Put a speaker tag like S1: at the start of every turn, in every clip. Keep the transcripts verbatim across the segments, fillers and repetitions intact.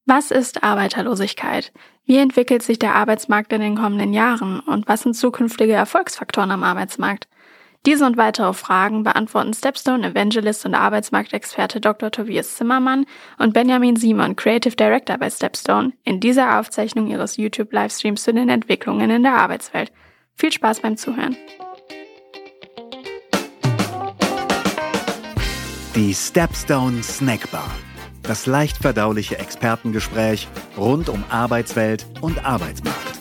S1: Was ist Arbeiterlosigkeit? Wie entwickelt sich der Arbeitsmarkt in den kommenden Jahren und was sind zukünftige Erfolgsfaktoren am Arbeitsmarkt? Diese und weitere Fragen beantworten Stepstone Evangelist und Arbeitsmarktexperte Doktor Tobias Zimmermann und Benjamin Simon, Creative Director bei Stepstone, in dieser Aufzeichnung ihres YouTube-Livestreams zu den Entwicklungen in der Arbeitswelt. Viel Spaß beim Zuhören.
S2: Die Stepstone Snackbar. Das leicht verdauliche Expertengespräch rund um Arbeitswelt und Arbeitsmarkt.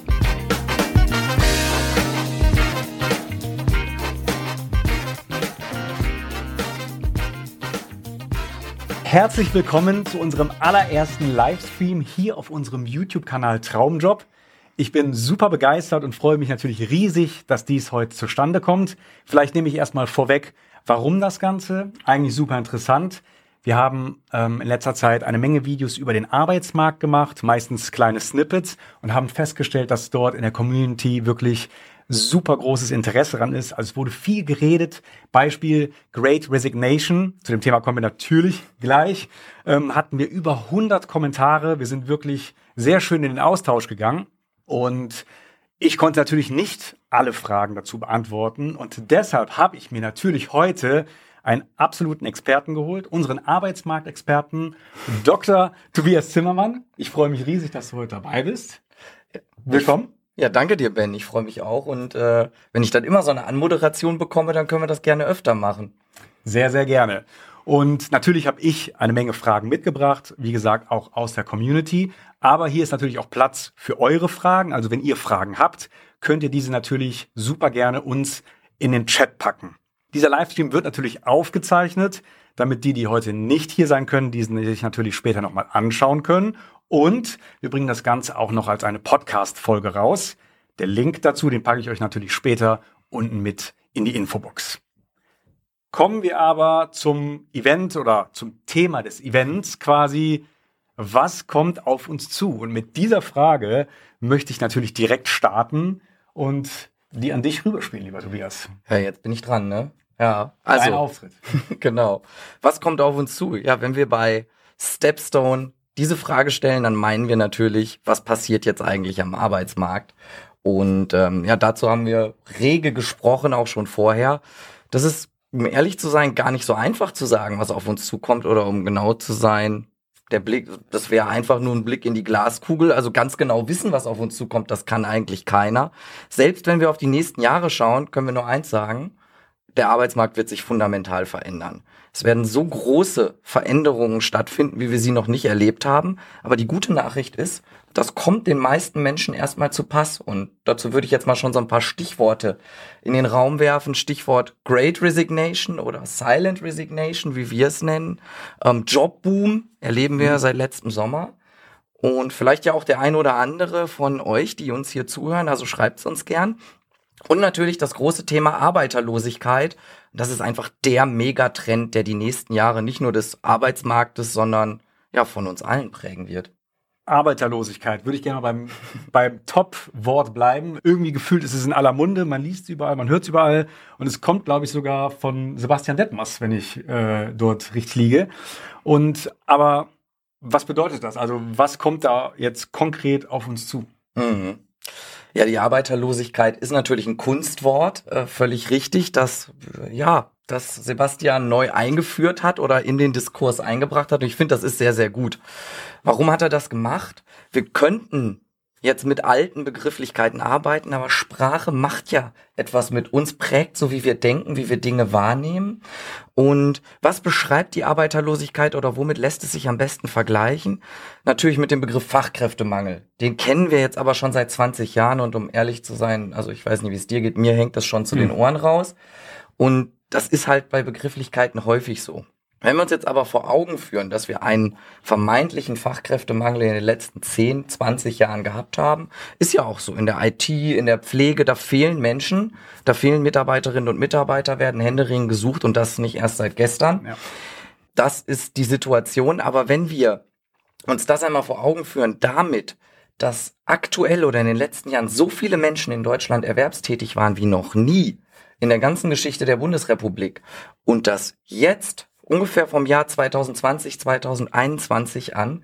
S3: Herzlich willkommen zu unserem allerersten Livestream hier auf unserem YouTube-Kanal Traumjob. Ich bin super begeistert und freue mich natürlich riesig, dass dies heute zustande kommt. Vielleicht nehme ich erstmal vorweg, warum das Ganze. Eigentlich super interessant. Wir haben ähm, in letzter Zeit eine Menge Videos über den Arbeitsmarkt gemacht, meistens kleine Snippets, und haben festgestellt, dass dort in der Community wirklich super großes Interesse daran ist. Also es wurde viel geredet. Beispiel Great Resignation. Zu dem Thema kommen wir natürlich gleich. Ähm, hatten wir über hundert Kommentare. Wir sind wirklich sehr schön in den Austausch gegangen. Und ich konnte natürlich nicht alle Fragen dazu beantworten. Und deshalb habe ich mir natürlich heute einen absoluten Experten geholt, unseren Arbeitsmarktexperten, Doktor Tobias Zimmermann. Ich freue mich riesig, dass du heute dabei bist. Willkommen.
S4: Ja, danke dir, Ben. Ich freue mich auch. Und äh, wenn ich dann immer so eine Anmoderation bekomme, dann können wir das gerne öfter machen.
S3: Sehr, sehr gerne. Und natürlich habe ich eine Menge Fragen mitgebracht, wie gesagt, auch aus der Community. Aber hier ist natürlich auch Platz für eure Fragen. Also wenn ihr Fragen habt, könnt ihr diese natürlich super gerne uns in den Chat packen. Dieser Livestream wird natürlich aufgezeichnet, damit die, die heute nicht hier sein können, diesen sich natürlich später nochmal anschauen können. Und wir bringen das Ganze auch noch als eine Podcast-Folge raus. Der Link dazu, den packe ich euch natürlich später unten mit in die Infobox. Kommen wir aber zum Event oder zum Thema des Events quasi. Was kommt auf uns zu? Und mit dieser Frage möchte ich natürlich direkt starten und die an dich rüberspielen, lieber Tobias.
S4: Ja, jetzt bin ich dran, ne? Ja, also.
S3: Dein Auftritt.
S4: Genau. Was kommt auf uns zu? Ja, wenn wir bei Stepstone diese Frage stellen, dann meinen wir natürlich, was passiert jetzt eigentlich am Arbeitsmarkt? Und ähm, ja, dazu haben wir rege gesprochen, auch schon vorher. Das ist, um ehrlich zu sein, gar nicht so einfach zu sagen, was auf uns zukommt, oder um genau zu sein, der Blick, das wäre einfach nur ein Blick in die Glaskugel. Also ganz genau wissen, was auf uns zukommt, das kann eigentlich keiner. Selbst wenn wir auf die nächsten Jahre schauen, können wir nur eins sagen: Der Arbeitsmarkt wird sich fundamental verändern. Es werden so große Veränderungen stattfinden, wie wir sie noch nicht erlebt haben. Aber die gute Nachricht ist, das kommt den meisten Menschen erstmal zu Pass. Und dazu würde ich jetzt mal schon so ein paar Stichworte in den Raum werfen. Stichwort Great Resignation oder Silent Resignation, wie wir es nennen. Ähm, Jobboom erleben wir seit letztem Sommer. Und vielleicht ja auch der ein oder andere von euch, die uns hier zuhören, also schreibt es uns gern. Und natürlich das große Thema Arbeiterlosigkeit. Das ist einfach der Megatrend, der die nächsten Jahre nicht nur des Arbeitsmarktes, sondern ja von uns allen prägen wird.
S3: Arbeiterlosigkeit, würde ich gerne mal beim, beim Top-Wort bleiben. Irgendwie gefühlt ist es in aller Munde, man liest es überall, man hört es überall. Und es kommt, glaube ich, sogar von Sebastian Detmers, wenn ich äh, dort richtig liege. Und aber was bedeutet das? Also was kommt da jetzt konkret auf uns zu?
S4: Mhm. Ja, die Arbeiterlosigkeit ist natürlich ein Kunstwort, äh, völlig richtig, das, äh, ja, das Sebastian neu eingeführt hat oder in den Diskurs eingebracht hat. Und ich finde, das ist sehr, sehr gut. Warum hat er das gemacht? Wir könnten jetzt mit alten Begrifflichkeiten arbeiten, aber Sprache macht ja etwas mit uns, prägt so, wie wir denken, wie wir Dinge wahrnehmen. Und was beschreibt die Arbeiterlosigkeit oder womit lässt es sich am besten vergleichen? Natürlich mit dem Begriff Fachkräftemangel. Den kennen wir jetzt aber schon seit zwanzig Jahren und um ehrlich zu sein, also ich weiß nicht, wie es dir geht, mir hängt das schon zu hm. den Ohren raus. Und das ist halt bei Begrifflichkeiten häufig so. Wenn wir uns jetzt aber vor Augen führen, dass wir einen vermeintlichen Fachkräftemangel in den letzten zehn, zwanzig Jahren gehabt haben, ist ja auch so. In der I T, in der Pflege, da fehlen Menschen, da fehlen Mitarbeiterinnen und Mitarbeiter, werden händeringend gesucht und das nicht erst seit gestern. Ja. Das ist die Situation. Aber wenn wir uns das einmal vor Augen führen, damit, dass aktuell oder in den letzten Jahren so viele Menschen in Deutschland erwerbstätig waren wie noch nie in der ganzen Geschichte der Bundesrepublik und dass jetzt ungefähr vom Jahr zwanzig zwanzig, zwanzig einundzwanzig an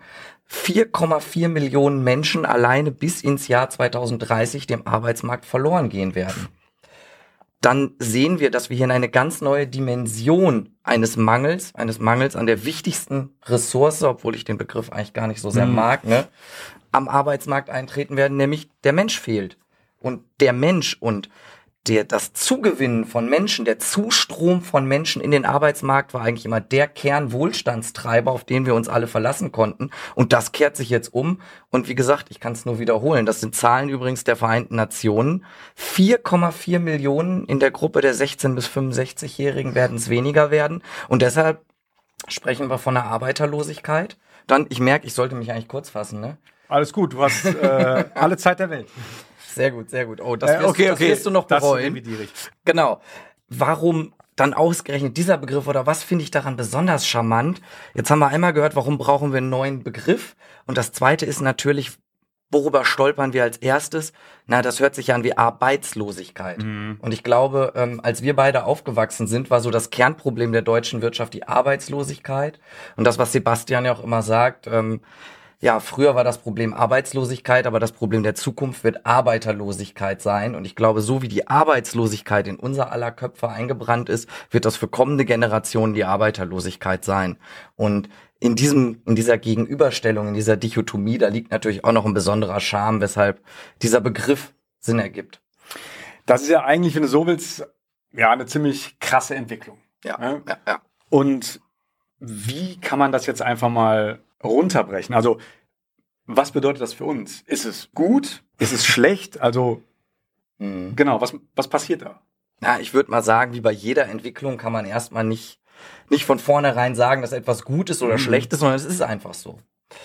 S4: vier Komma vier Millionen Menschen alleine bis ins Jahr zweitausenddreißig dem Arbeitsmarkt verloren gehen werden. Dann sehen wir, dass wir hier in eine ganz neue Dimension eines Mangels, eines Mangels an der wichtigsten Ressource, obwohl ich den Begriff eigentlich gar nicht so sehr mhm. mag, ne, am Arbeitsmarkt eintreten werden, nämlich der Mensch fehlt. Und der Mensch und der, das Zugewinnen von Menschen, der Zustrom von Menschen in den Arbeitsmarkt war eigentlich immer der Kernwohlstandstreiber, auf den wir uns alle verlassen konnten. Und das kehrt sich jetzt um. Und wie gesagt, ich kann es nur wiederholen. Das sind Zahlen übrigens der Vereinten Nationen. vier Komma vier Millionen in der Gruppe der sechzehn- bis fünfundsechzigjährigen werden es weniger werden. Und deshalb sprechen wir von einer Arbeiterlosigkeit. Dann, ich merke, ich sollte mich eigentlich kurz fassen, ne?
S3: Alles gut, du hast äh, alle Zeit der Welt.
S4: Sehr gut, sehr gut. Oh, das wirst,
S3: äh, okay,
S4: das
S3: okay.
S4: wirst du noch bereuen.
S3: Das
S4: genau. Warum dann ausgerechnet dieser Begriff oder was finde ich daran besonders charmant? Jetzt haben wir einmal gehört, warum brauchen wir einen neuen Begriff? Und das zweite ist natürlich, worüber stolpern wir als erstes? Na, das hört sich an wie Arbeitslosigkeit. Mhm. Und ich glaube, ähm, als wir beide aufgewachsen sind, war so das Kernproblem der deutschen Wirtschaft die Arbeitslosigkeit. Und das, was Sebastian ja auch immer sagt, ähm, ja, früher war das Problem Arbeitslosigkeit, aber das Problem der Zukunft wird Arbeiterlosigkeit sein. Und ich glaube, so wie die Arbeitslosigkeit in unser aller Köpfe eingebrannt ist, wird das für kommende Generationen die Arbeiterlosigkeit sein. Und in diesem, in dieser Gegenüberstellung, in dieser Dichotomie, da liegt natürlich auch noch ein besonderer Charme, weshalb dieser Begriff Sinn ergibt.
S3: Das ist ja eigentlich, wenn du so willst, ja, eine ziemlich krasse Entwicklung.
S4: Ja, ja, ja. ja.
S3: Und wie kann man das jetzt einfach mal runterbrechen? Also, was bedeutet das für uns? Ist es gut? Ist es schlecht? Also, mhm. genau, was, was passiert da?
S4: Na, ich würde mal sagen, wie bei jeder Entwicklung kann man erstmal nicht, nicht von vornherein sagen, dass etwas gut ist oder mhm. schlecht ist, sondern es ist einfach so.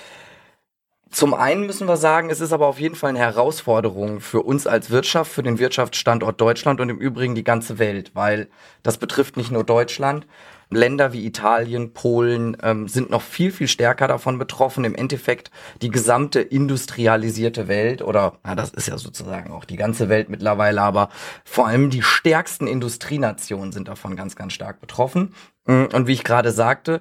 S4: Zum einen müssen wir sagen, es ist aber auf jeden Fall eine Herausforderung für uns als Wirtschaft, für den Wirtschaftsstandort Deutschland und im Übrigen die ganze Welt, weil das betrifft nicht nur Deutschland. Länder wie Italien, Polen ähm, sind noch viel, viel stärker davon betroffen. Im Endeffekt die gesamte industrialisierte Welt oder, na, das ist ja sozusagen auch die ganze Welt mittlerweile, aber vor allem die stärksten Industrienationen sind davon ganz, ganz stark betroffen. Und wie ich gerade sagte,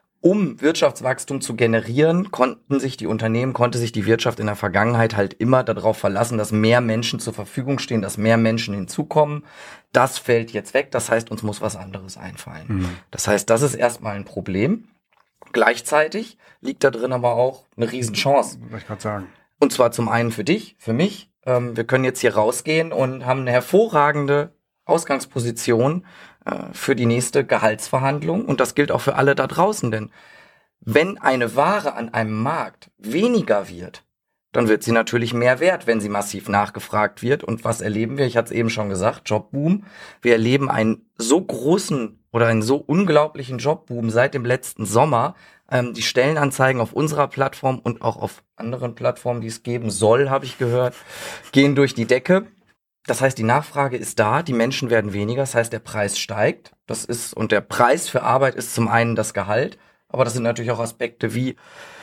S4: um Wirtschaftswachstum zu generieren, konnten sich die Unternehmen, konnte sich die Wirtschaft in der Vergangenheit halt immer darauf verlassen, dass mehr Menschen zur Verfügung stehen, dass mehr Menschen hinzukommen. Das fällt jetzt weg, das heißt, uns muss was anderes einfallen. Mhm. Das heißt, das ist erstmal ein Problem. Gleichzeitig liegt da drin aber auch eine Riesenchance.
S3: Wollte ich gerade sagen.
S4: Und zwar zum einen für dich, für mich. Ähm, wir können jetzt hier rausgehen und haben eine hervorragende Ausgangsposition für die nächste Gehaltsverhandlung. Und das gilt auch für alle da draußen, denn wenn eine Ware an einem Markt weniger wird, dann wird sie natürlich mehr wert, wenn sie massiv nachgefragt wird. Und was erleben wir? Ich hatte es eben schon gesagt, Jobboom. Wir erleben einen so großen oder einen so unglaublichen Jobboom seit dem letzten Sommer. Ähm, die Stellenanzeigen auf unserer Plattform und auch auf anderen Plattformen, die es geben soll, habe ich gehört, gehen durch die Decke. Das heißt, die Nachfrage ist da, die Menschen werden weniger, das heißt, der Preis steigt. Das ist, und der Preis für Arbeit ist zum einen das Gehalt, aber das sind natürlich auch Aspekte wie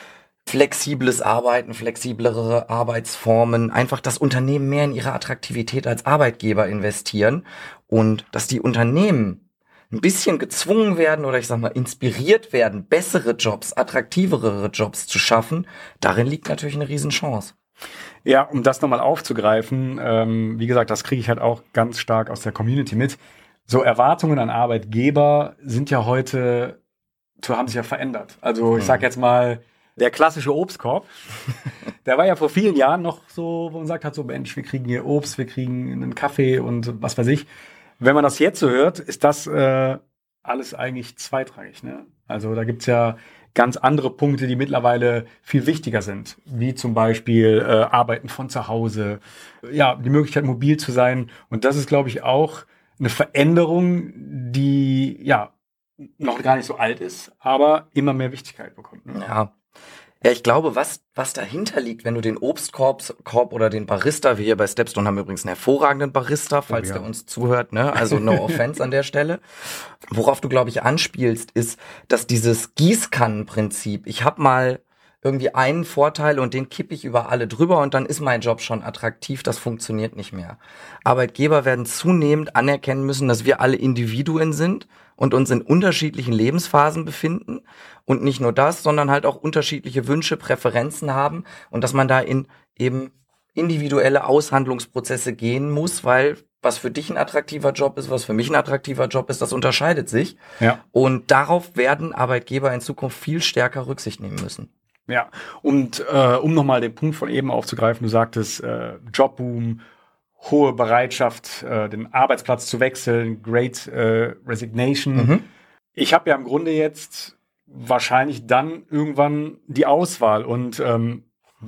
S4: flexibles Arbeiten, flexiblere Arbeitsformen, einfach das Unternehmen mehr in ihre Attraktivität als Arbeitgeber investieren und dass die Unternehmen ein bisschen gezwungen werden oder ich sag mal inspiriert werden, bessere Jobs, attraktivere Jobs zu schaffen, darin liegt natürlich eine Riesenchance.
S3: Ja, um das nochmal aufzugreifen, ähm, wie gesagt, das kriege ich halt auch ganz stark aus der Community mit. So Erwartungen an Arbeitgeber sind ja heute, haben sich ja verändert. Also ich sag jetzt mal, der klassische Obstkorb, der war ja vor vielen Jahren noch so, wo man sagt hat, so Mensch, wir kriegen hier Obst, wir kriegen einen Kaffee und was weiß ich. Wenn man das jetzt so hört, ist das äh, alles eigentlich zweitrangig, ne? Also da gibt's ja ganz andere Punkte, die mittlerweile viel wichtiger sind, wie zum Beispiel äh, Arbeiten von zu Hause, ja, die Möglichkeit, mobil zu sein. Und das ist, glaube ich, auch eine Veränderung, die ja noch gar nicht so alt ist, aber immer mehr Wichtigkeit bekommt. Ne?
S4: Ja. Ja, ich glaube, was was dahinter liegt, wenn du den Obstkorb Korb oder den Barista, wir hier bei Stepstone haben übrigens einen hervorragenden Barista, falls oh, ja. der uns zuhört, ne? Also no offense an der Stelle. Worauf du, glaube ich, anspielst, ist, dass dieses Gießkannenprinzip, ich habe mal irgendwie einen Vorteil und den kippe ich über alle drüber und dann ist mein Job schon attraktiv. Das funktioniert nicht mehr. Arbeitgeber werden zunehmend anerkennen müssen, dass wir alle Individuen sind und uns in unterschiedlichen Lebensphasen befinden und nicht nur das, sondern halt auch unterschiedliche Wünsche, Präferenzen haben und dass man da in eben individuelle Aushandlungsprozesse gehen muss, weil was für dich ein attraktiver Job ist, was für mich ein attraktiver Job ist, das unterscheidet sich.
S3: Ja.
S4: Und darauf werden Arbeitgeber in Zukunft viel stärker Rücksicht nehmen müssen.
S3: Ja, und äh, um nochmal den Punkt von eben aufzugreifen, du sagtest äh, Jobboom, hohe Bereitschaft, äh, den Arbeitsplatz zu wechseln, Great äh, Resignation.
S4: Mhm.
S3: Ich habe ja im Grunde jetzt wahrscheinlich dann irgendwann die Auswahl. Und ähm,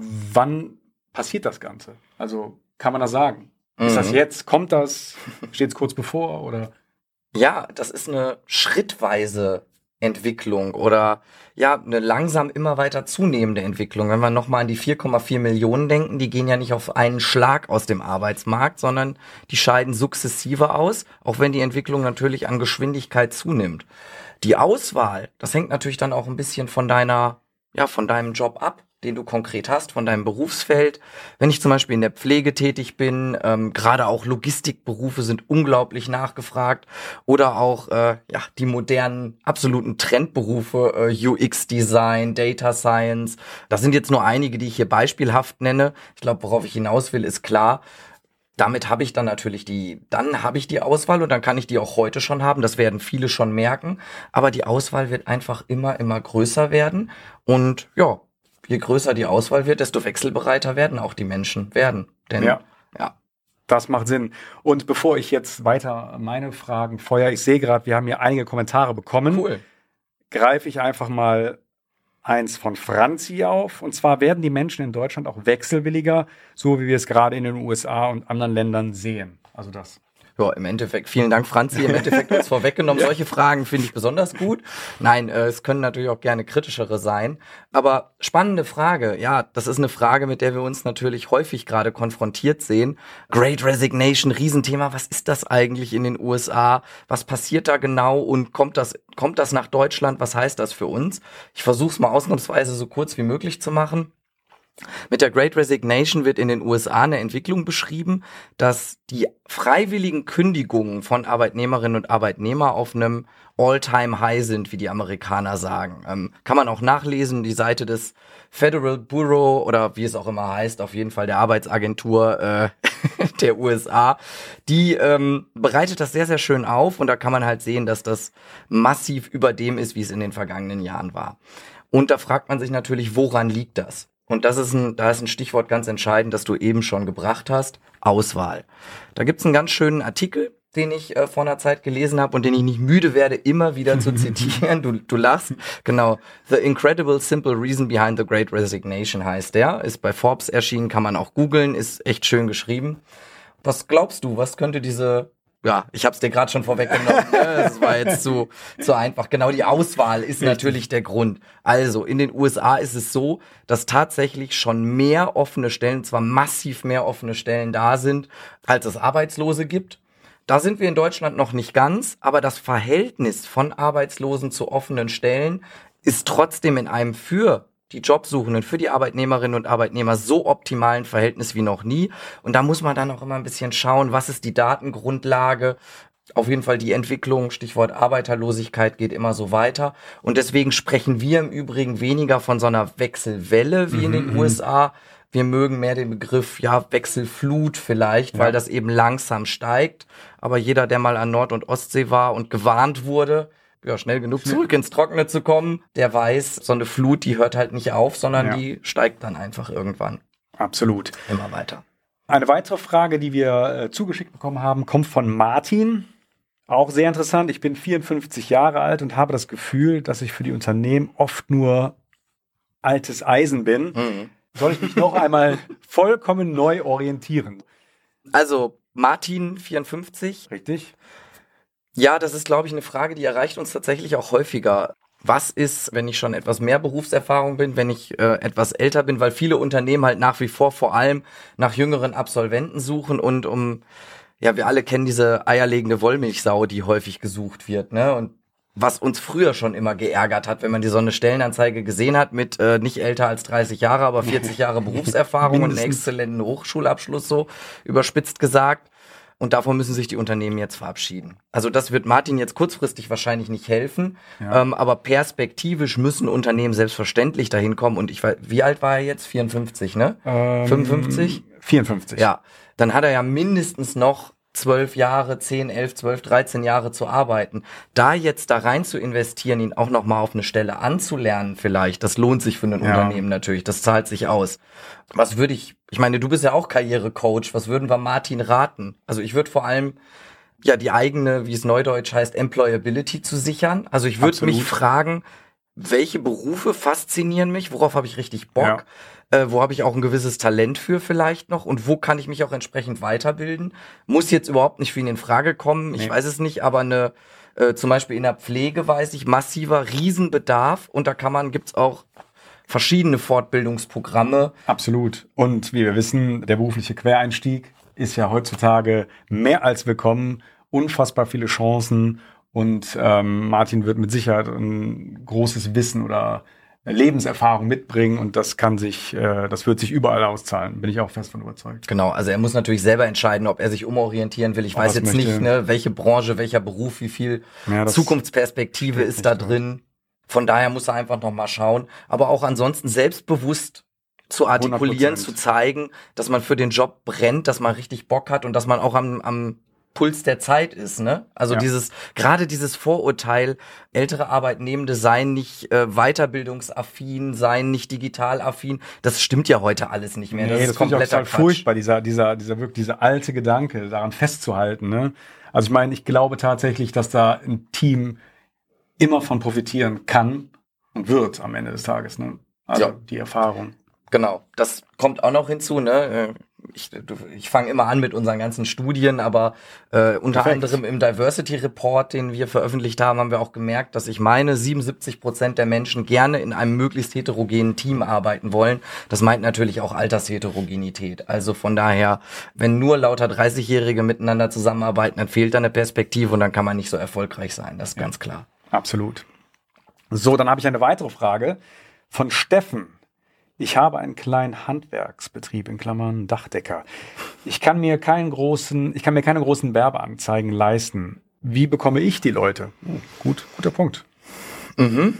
S3: wann passiert das Ganze? Also kann man das sagen? Mhm. Ist das jetzt? Kommt das? Steht es kurz bevor? Oder?
S4: Ja, das ist eine schrittweise Entwicklung oder ja, eine langsam immer weiter zunehmende Entwicklung. Wenn wir nochmal an die vier Komma vier Millionen denken, die gehen ja nicht auf einen Schlag aus dem Arbeitsmarkt, sondern die scheiden sukzessive aus, auch wenn die Entwicklung natürlich an Geschwindigkeit zunimmt. Die Auswahl, das hängt natürlich dann auch ein bisschen von deiner, ja, von deinem Job ab, den du konkret hast, von deinem Berufsfeld. Wenn ich zum Beispiel in der Pflege tätig bin, ähm, gerade auch Logistikberufe sind unglaublich nachgefragt oder auch äh, ja die modernen, absoluten Trendberufe, äh, U X-Design, Data Science. Das sind jetzt nur einige, die ich hier beispielhaft nenne. Ich glaube, worauf ich hinaus will, ist klar. Damit habe ich dann natürlich die, dann habe ich die Auswahl und dann kann ich die auch heute schon haben. Das werden viele schon merken. Aber die Auswahl wird einfach immer, immer größer werden und ja, je größer die Auswahl wird, desto wechselbereiter werden auch die Menschen werden. Denn,
S3: ja.
S4: ja.
S3: Das macht Sinn. Und bevor ich jetzt weiter meine Fragen feuer, ich sehe gerade, wir haben hier einige Kommentare bekommen.
S4: Cool.
S3: Greife ich einfach mal eins von Franzi auf. Und zwar werden die Menschen in Deutschland auch wechselwilliger, so wie wir es gerade in den U S A und anderen Ländern sehen. Also das.
S4: Ja, im Endeffekt, vielen Dank, Franzi. Im Endeffekt uns vorweggenommen. Ja. Solche Fragen finde ich besonders gut. Nein, äh, es können natürlich auch gerne kritischere sein. Aber spannende Frage. Ja, das ist eine Frage, mit der wir uns natürlich häufig gerade konfrontiert sehen. Great Resignation, Riesenthema. Was ist das eigentlich in den U S A? Was passiert da genau? Und kommt das, kommt das nach Deutschland? Was heißt das für uns? Ich versuche es mal ausnahmsweise so kurz wie möglich zu machen. Mit der Great Resignation wird in den U S A eine Entwicklung beschrieben, dass die freiwilligen Kündigungen von Arbeitnehmerinnen und Arbeitnehmern auf einem All-Time-High sind, wie die Amerikaner sagen. Ähm, kann man auch nachlesen, die Seite des Federal Bureau oder wie es auch immer heißt, auf jeden Fall der Arbeitsagentur äh, der U S A. Die ähm, bereitet das sehr, sehr schön auf und da kann man halt sehen, dass das massiv über dem ist, wie es in den vergangenen Jahren war. Und da fragt man sich natürlich, woran liegt das? Und das ist ein, da ist ein Stichwort ganz entscheidend, das du eben schon gebracht hast, Auswahl. Da gibt's einen ganz schönen Artikel, den ich äh, vor einer Zeit gelesen habe und den ich nicht müde werde, immer wieder zu zitieren. Du, du lachst. Genau. The Incredible Simple Reason Behind the Great Resignation heißt der. Ist bei Forbes erschienen, kann man auch googeln, ist echt schön geschrieben. Was glaubst du, was könnte diese... Ja, ich hab's dir gerade schon vorweggenommen. Das war jetzt zu, zu einfach. Genau, die Auswahl ist natürlich der Grund. Also, in den U S A ist es so, dass tatsächlich schon mehr offene Stellen, zwar massiv mehr offene Stellen da sind, als es Arbeitslose gibt. Da sind wir in Deutschland noch nicht ganz, aber das Verhältnis von Arbeitslosen zu offenen Stellen ist trotzdem in einem für die Jobsuchenden, für die Arbeitnehmerinnen und Arbeitnehmer so optimalen Verhältnis wie noch nie. Und da muss man dann auch immer ein bisschen schauen, was ist die Datengrundlage. Auf jeden Fall die Entwicklung, Stichwort Arbeiterlosigkeit, geht immer so weiter. Und deswegen sprechen wir im Übrigen weniger von so einer Wechselwelle wie mhm. in den U S A. Wir mögen mehr den Begriff, ja, Wechselflut vielleicht, ja. weil das eben langsam steigt. Aber jeder, der mal an Nord- und Ostsee war und gewarnt wurde, ja, schnell genug zurück ins Trockene zu kommen, der weiß, so eine Flut, die hört halt nicht auf, sondern ja. die steigt dann einfach irgendwann.
S3: Absolut.
S4: Immer weiter.
S3: Eine weitere Frage, die wir äh, zugeschickt bekommen haben, kommt von Martin. Auch sehr interessant. Ich bin vierundfünfzig Jahre alt und habe das Gefühl, dass ich für die Unternehmen oft nur altes Eisen bin. Mhm. Soll ich mich noch einmal vollkommen neu orientieren?
S4: Also, Martin, vierundfünfzig.
S3: Richtig.
S4: Ja, das ist, glaube ich, eine Frage, die erreicht uns tatsächlich auch häufiger. Was ist, wenn ich schon etwas mehr Berufserfahrung bin, wenn ich äh, etwas älter bin, weil viele Unternehmen halt nach wie vor vor allem nach jüngeren Absolventen suchen und um, ja, wir alle kennen diese eierlegende Wollmilchsau, die häufig gesucht wird, ne? Und was uns früher schon immer geärgert hat, wenn man die so eine Stellenanzeige gesehen hat mit äh, nicht älter als dreißig Jahre, aber vierzig Jahre Berufserfahrung und einen exzellenten Hochschulabschluss, so überspitzt gesagt. Und davon müssen sich die Unternehmen jetzt verabschieden. Also das wird Martin jetzt kurzfristig wahrscheinlich nicht helfen, ja. ähm, aber perspektivisch müssen Unternehmen selbstverständlich dahin kommen. Und ich weiß, wie alt war er jetzt? vierundfünfzig, ne?
S3: Ähm,
S4: fünfundfünfzig?
S3: vierundfünfzig.
S4: Ja, dann hat er ja mindestens noch zwölf Jahre, zehn, elf, zwölf, dreizehn Jahre zu arbeiten. Da jetzt da rein zu investieren, ihn auch nochmal auf eine Stelle anzulernen vielleicht, das lohnt sich für ein
S3: ja.
S4: Unternehmen natürlich, das zahlt sich aus. Was würde ich, ich meine, du bist ja auch Karrierecoach, was würden wir Martin raten? Also ich würde vor allem ja die eigene, wie es neudeutsch heißt, Employability zu sichern. Also ich würde mich fragen, welche Berufe faszinieren mich, worauf habe ich richtig Bock? Ja. Äh, wo habe ich auch ein gewisses Talent für vielleicht noch und wo kann ich mich auch entsprechend weiterbilden? Muss jetzt überhaupt nicht für ihn in Frage kommen, ich nee. weiß es nicht, aber eine äh, zum Beispiel in der Pflege weiß ich, massiver Riesenbedarf und da kann man, gibt's auch verschiedene Fortbildungsprogramme.
S3: Absolut. Und wie wir wissen, der berufliche Quereinstieg ist ja heutzutage mehr als willkommen, unfassbar viele Chancen und ähm, Martin wird mit Sicherheit ein großes Wissen oder Lebenserfahrung mitbringen und das kann sich, äh, das wird sich überall auszahlen, bin ich auch fest von überzeugt.
S4: Genau, also er muss natürlich selber entscheiden, ob er sich umorientieren will. Ich weiß jetzt möchte. nicht, ne, welche Branche, welcher Beruf, wie viel ja, Zukunftsperspektive ist da drin. Von daher muss er einfach noch mal schauen. Aber auch ansonsten selbstbewusst zu artikulieren, hundert Prozent zu zeigen, dass man für den Job brennt, dass man richtig Bock hat und dass man auch am, am Puls der Zeit ist, ne? Also ja. dieses, gerade dieses Vorurteil, ältere Arbeitnehmende seien nicht äh, weiterbildungsaffin, seien nicht digitalaffin, das stimmt ja heute alles nicht mehr.
S3: Nee,
S4: das,
S3: das
S4: ist kompletter
S3: total furchtbar, dieser, dieser, dieser wirklich, dieser alte Gedanke, daran festzuhalten, ne? Also ich meine, ich glaube tatsächlich, dass da ein Team immer von profitieren kann und wird am Ende des Tages, ne? Also ja. die Erfahrung.
S4: Genau, das kommt auch noch hinzu, ne? Ich, ich fange immer an mit unseren ganzen Studien, aber äh, unter Perfekt. anderem im Diversity Report, den wir veröffentlicht haben, haben wir auch gemerkt, dass ich meine, siebenundsiebzig Prozent der Menschen gerne in einem möglichst heterogenen Team arbeiten wollen. Das meint natürlich auch Altersheterogenität. Also von daher, wenn nur lauter dreißigjährige miteinander zusammenarbeiten, dann fehlt da eine Perspektive und dann kann man nicht so erfolgreich sein. Das ist ja. ganz klar.
S3: Absolut. So, dann habe ich eine weitere Frage von Steffen. Ich habe einen kleinen Handwerksbetrieb, in Klammern Dachdecker. Ich kann mir keinen großen, ich kann mir keine großen Werbeanzeigen leisten. Wie bekomme ich die Leute? Oh, gut, guter Punkt.
S4: Mhm.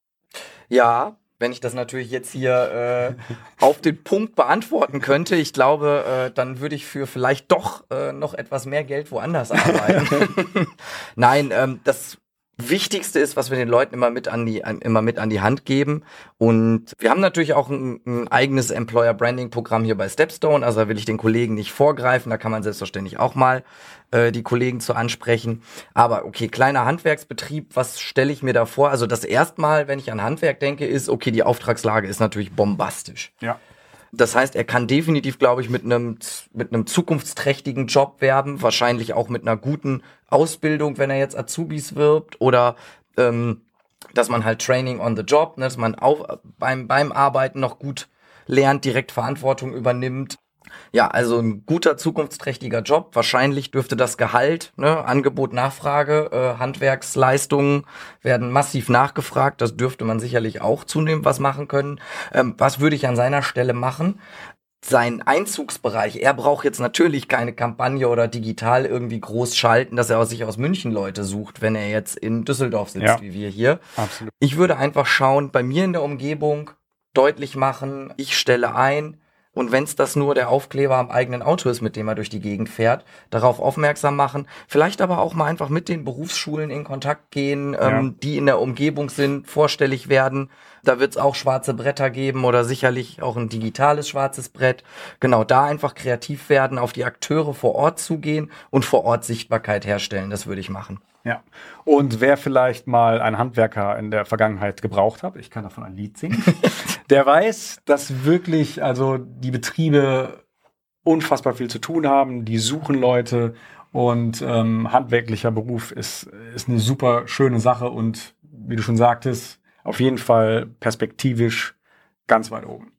S4: Ja, wenn ich das natürlich jetzt hier äh, auf den Punkt beantworten könnte, ich glaube, äh, dann würde ich für vielleicht doch äh, noch etwas mehr Geld woanders arbeiten. Nein, ähm, das Wichtigste ist, was wir den Leuten immer mit an die immer mit an die Hand geben. Und wir haben natürlich auch ein, ein eigenes Employer Branding Programm hier bei Stepstone. Also da will ich den Kollegen nicht vorgreifen. Da kann man selbstverständlich auch mal äh, die Kollegen zu ansprechen. Aber okay, kleiner Handwerksbetrieb. Was stelle ich mir da vor? Also das erstmal, wenn ich an Handwerk denke, ist okay, die Auftragslage ist natürlich bombastisch.
S3: Ja.
S4: Das heißt, er kann definitiv, glaube ich, mit einem mit einem zukunftsträchtigen Job werben, wahrscheinlich auch mit einer guten Ausbildung, wenn er jetzt Azubis wirbt oder ähm, dass man halt Training on the Job, ne, dass man auch beim beim Arbeiten noch gut lernt, direkt Verantwortung übernimmt. Ja, also ein guter, zukunftsträchtiger Job. Wahrscheinlich dürfte das Gehalt, ne, Angebot, Nachfrage, äh, Handwerksleistungen werden massiv nachgefragt. Das dürfte man sicherlich auch zunehmend was machen können. Ähm, was würde ich an seiner Stelle machen? Sein Einzugsbereich, er braucht jetzt natürlich keine Kampagne oder digital irgendwie groß schalten, dass er sich aus München Leute sucht, wenn er jetzt in Düsseldorf sitzt, ja, wie wir hier.
S3: Absolut.
S4: Ich würde einfach schauen, bei mir in der Umgebung deutlich machen, ich stelle ein. Und wenn es das nur der Aufkleber am eigenen Auto ist, mit dem er durch die Gegend fährt, darauf aufmerksam machen. Vielleicht aber auch mal einfach mit den Berufsschulen in Kontakt gehen, ja, ähm, die in der Umgebung sind, vorstellig werden. Da wird es auch schwarze Bretter geben oder sicherlich auch ein digitales schwarzes Brett. Genau, da einfach kreativ werden, auf die Akteure vor Ort zugehen und vor Ort Sichtbarkeit herstellen. Das würde ich machen.
S3: Ja, und wer vielleicht mal einen Handwerker in der Vergangenheit gebraucht hat, ich kann davon ein Lied singen, der weiß, dass wirklich also die Betriebe unfassbar viel zu tun haben, die suchen Leute und ähm, handwerklicher Beruf ist, ist eine super schöne Sache und wie du schon sagtest, auf jeden Fall perspektivisch ganz weit oben.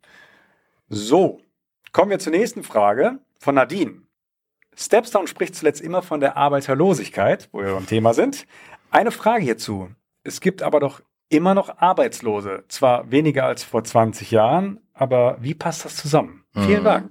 S3: So, kommen wir zur nächsten Frage von Nadine. Stepstone spricht zuletzt immer von der Arbeitslosigkeit, wo wir beim Thema sind. Eine Frage hierzu. es gibt aber doch immer noch Arbeitslose. Zwar weniger als vor zwanzig Jahren, aber wie passt das zusammen? Mhm. Vielen Dank.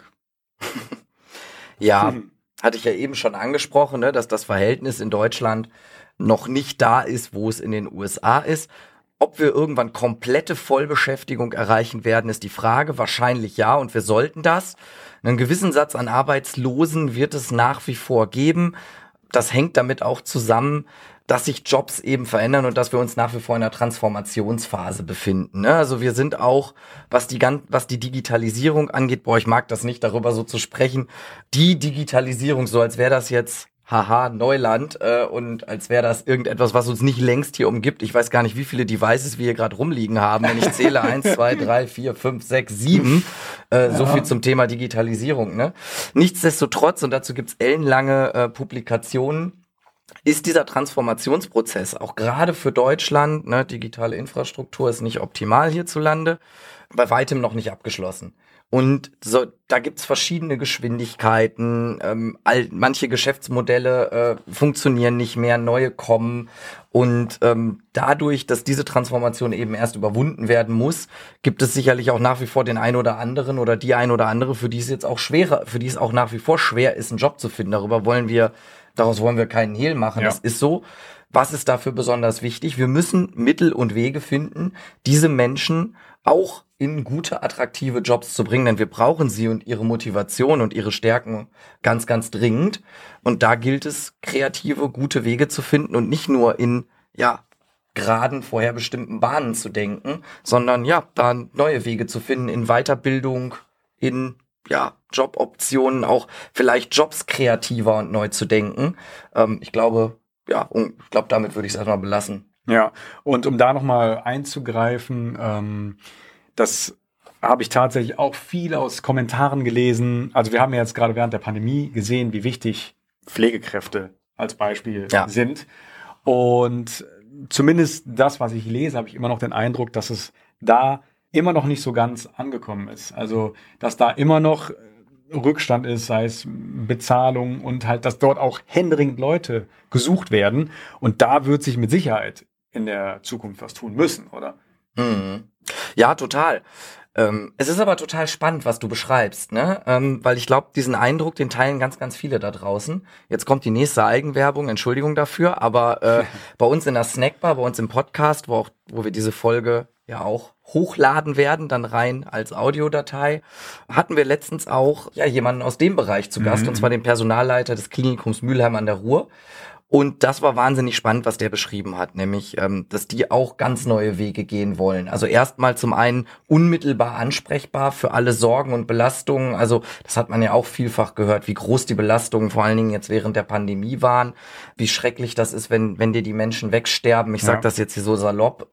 S4: Ja, hm. hatte ich ja eben schon angesprochen, ne, dass das Verhältnis in Deutschland noch nicht da ist, wo es in den U S A ist. Ob wir irgendwann komplette Vollbeschäftigung erreichen werden, ist die Frage. Wahrscheinlich ja, und wir sollten das. Einen gewissen Satz an Arbeitslosen wird es nach wie vor geben. Das hängt damit auch zusammen, dass sich Jobs eben verändern und dass wir uns nach wie vor in einer Transformationsphase befinden. Also wir sind auch, was die, was die Digitalisierung angeht, boah, ich mag das nicht, darüber so zu sprechen, die Digitalisierung, so als wäre das jetzt haha, Neuland äh, und als wäre das irgendetwas, was uns nicht längst hier umgibt. Ich weiß gar nicht, wie viele Devices wir hier gerade rumliegen haben. Wenn ich zähle, eins, zwei, drei, vier, fünf, sechs, sieben. Äh, ja. So viel zum Thema Digitalisierung. Ne? Nichtsdestotrotz, und dazu gibt's ellenlange äh, Publikationen, ist dieser Transformationsprozess auch gerade für Deutschland, ne, digitale Infrastruktur ist nicht optimal hierzulande, bei weitem noch nicht abgeschlossen. Und so, da gibt's verschiedene Geschwindigkeiten, ähm, all, manche Geschäftsmodelle äh, funktionieren nicht mehr, neue kommen. Und ähm, dadurch, dass diese Transformation eben erst überwunden werden muss, gibt es sicherlich auch nach wie vor den einen oder anderen oder die ein oder andere, für die es jetzt auch schwerer, für die es auch nach wie vor schwer ist, einen Job zu finden. Darüber wollen wir, daraus wollen wir keinen Hehl machen. Ja. Das ist so. Was ist dafür besonders wichtig? Wir müssen Mittel und Wege finden, diese Menschen auch in gute, attraktive Jobs zu bringen, denn wir brauchen sie und ihre Motivation und ihre Stärken ganz, ganz dringend. Und da gilt es, kreative, gute Wege zu finden und nicht nur in, ja, geraden, vorherbestimmten Bahnen zu denken, sondern, ja, da neue Wege zu finden in Weiterbildung, in, ja, Joboptionen, auch vielleicht Jobs kreativer und neu zu denken. Ähm, ich glaube, ja, und ich glaube, damit würde ich es erstmal belassen.
S3: Ja, und um da nochmal einzugreifen, ähm, das habe ich tatsächlich auch viel aus Kommentaren gelesen. Also wir haben ja jetzt gerade während der Pandemie gesehen, wie wichtig Pflegekräfte als Beispiel ja. sind. Und zumindest das, was ich lese, habe ich immer noch den Eindruck, dass es da immer noch nicht so ganz angekommen ist. Also, dass da immer noch Rückstand ist, sei es Bezahlung und halt, dass dort auch händeringend Leute gesucht werden. Und da wird sich mit Sicherheit in der Zukunft was tun müssen, oder?
S4: Mhm. Ja, total. Ähm, es ist aber total spannend, was du beschreibst, ne? Ähm, weil ich glaube, diesen Eindruck, den teilen ganz, ganz viele da draußen. Jetzt kommt die nächste Eigenwerbung, Entschuldigung dafür, aber äh, bei uns in der Snackbar, bei uns im Podcast, wo auch, wo wir diese Folge ja auch hochladen werden, dann rein als Audiodatei, hatten wir letztens auch ja jemanden aus dem Bereich zu Gast, mhm. und zwar den Personalleiter des Klinikums Mülheim an der Ruhr. Und das war wahnsinnig spannend, was der beschrieben hat, nämlich, ähm, dass die auch ganz neue Wege gehen wollen. Also erstmal zum einen unmittelbar ansprechbar für alle Sorgen und Belastungen. Also das hat man ja auch vielfach gehört, wie groß die Belastungen vor allen Dingen jetzt während der Pandemie waren, wie schrecklich das ist, wenn wenn dir die Menschen wegsterben. Ich sage ja. das jetzt hier so salopp.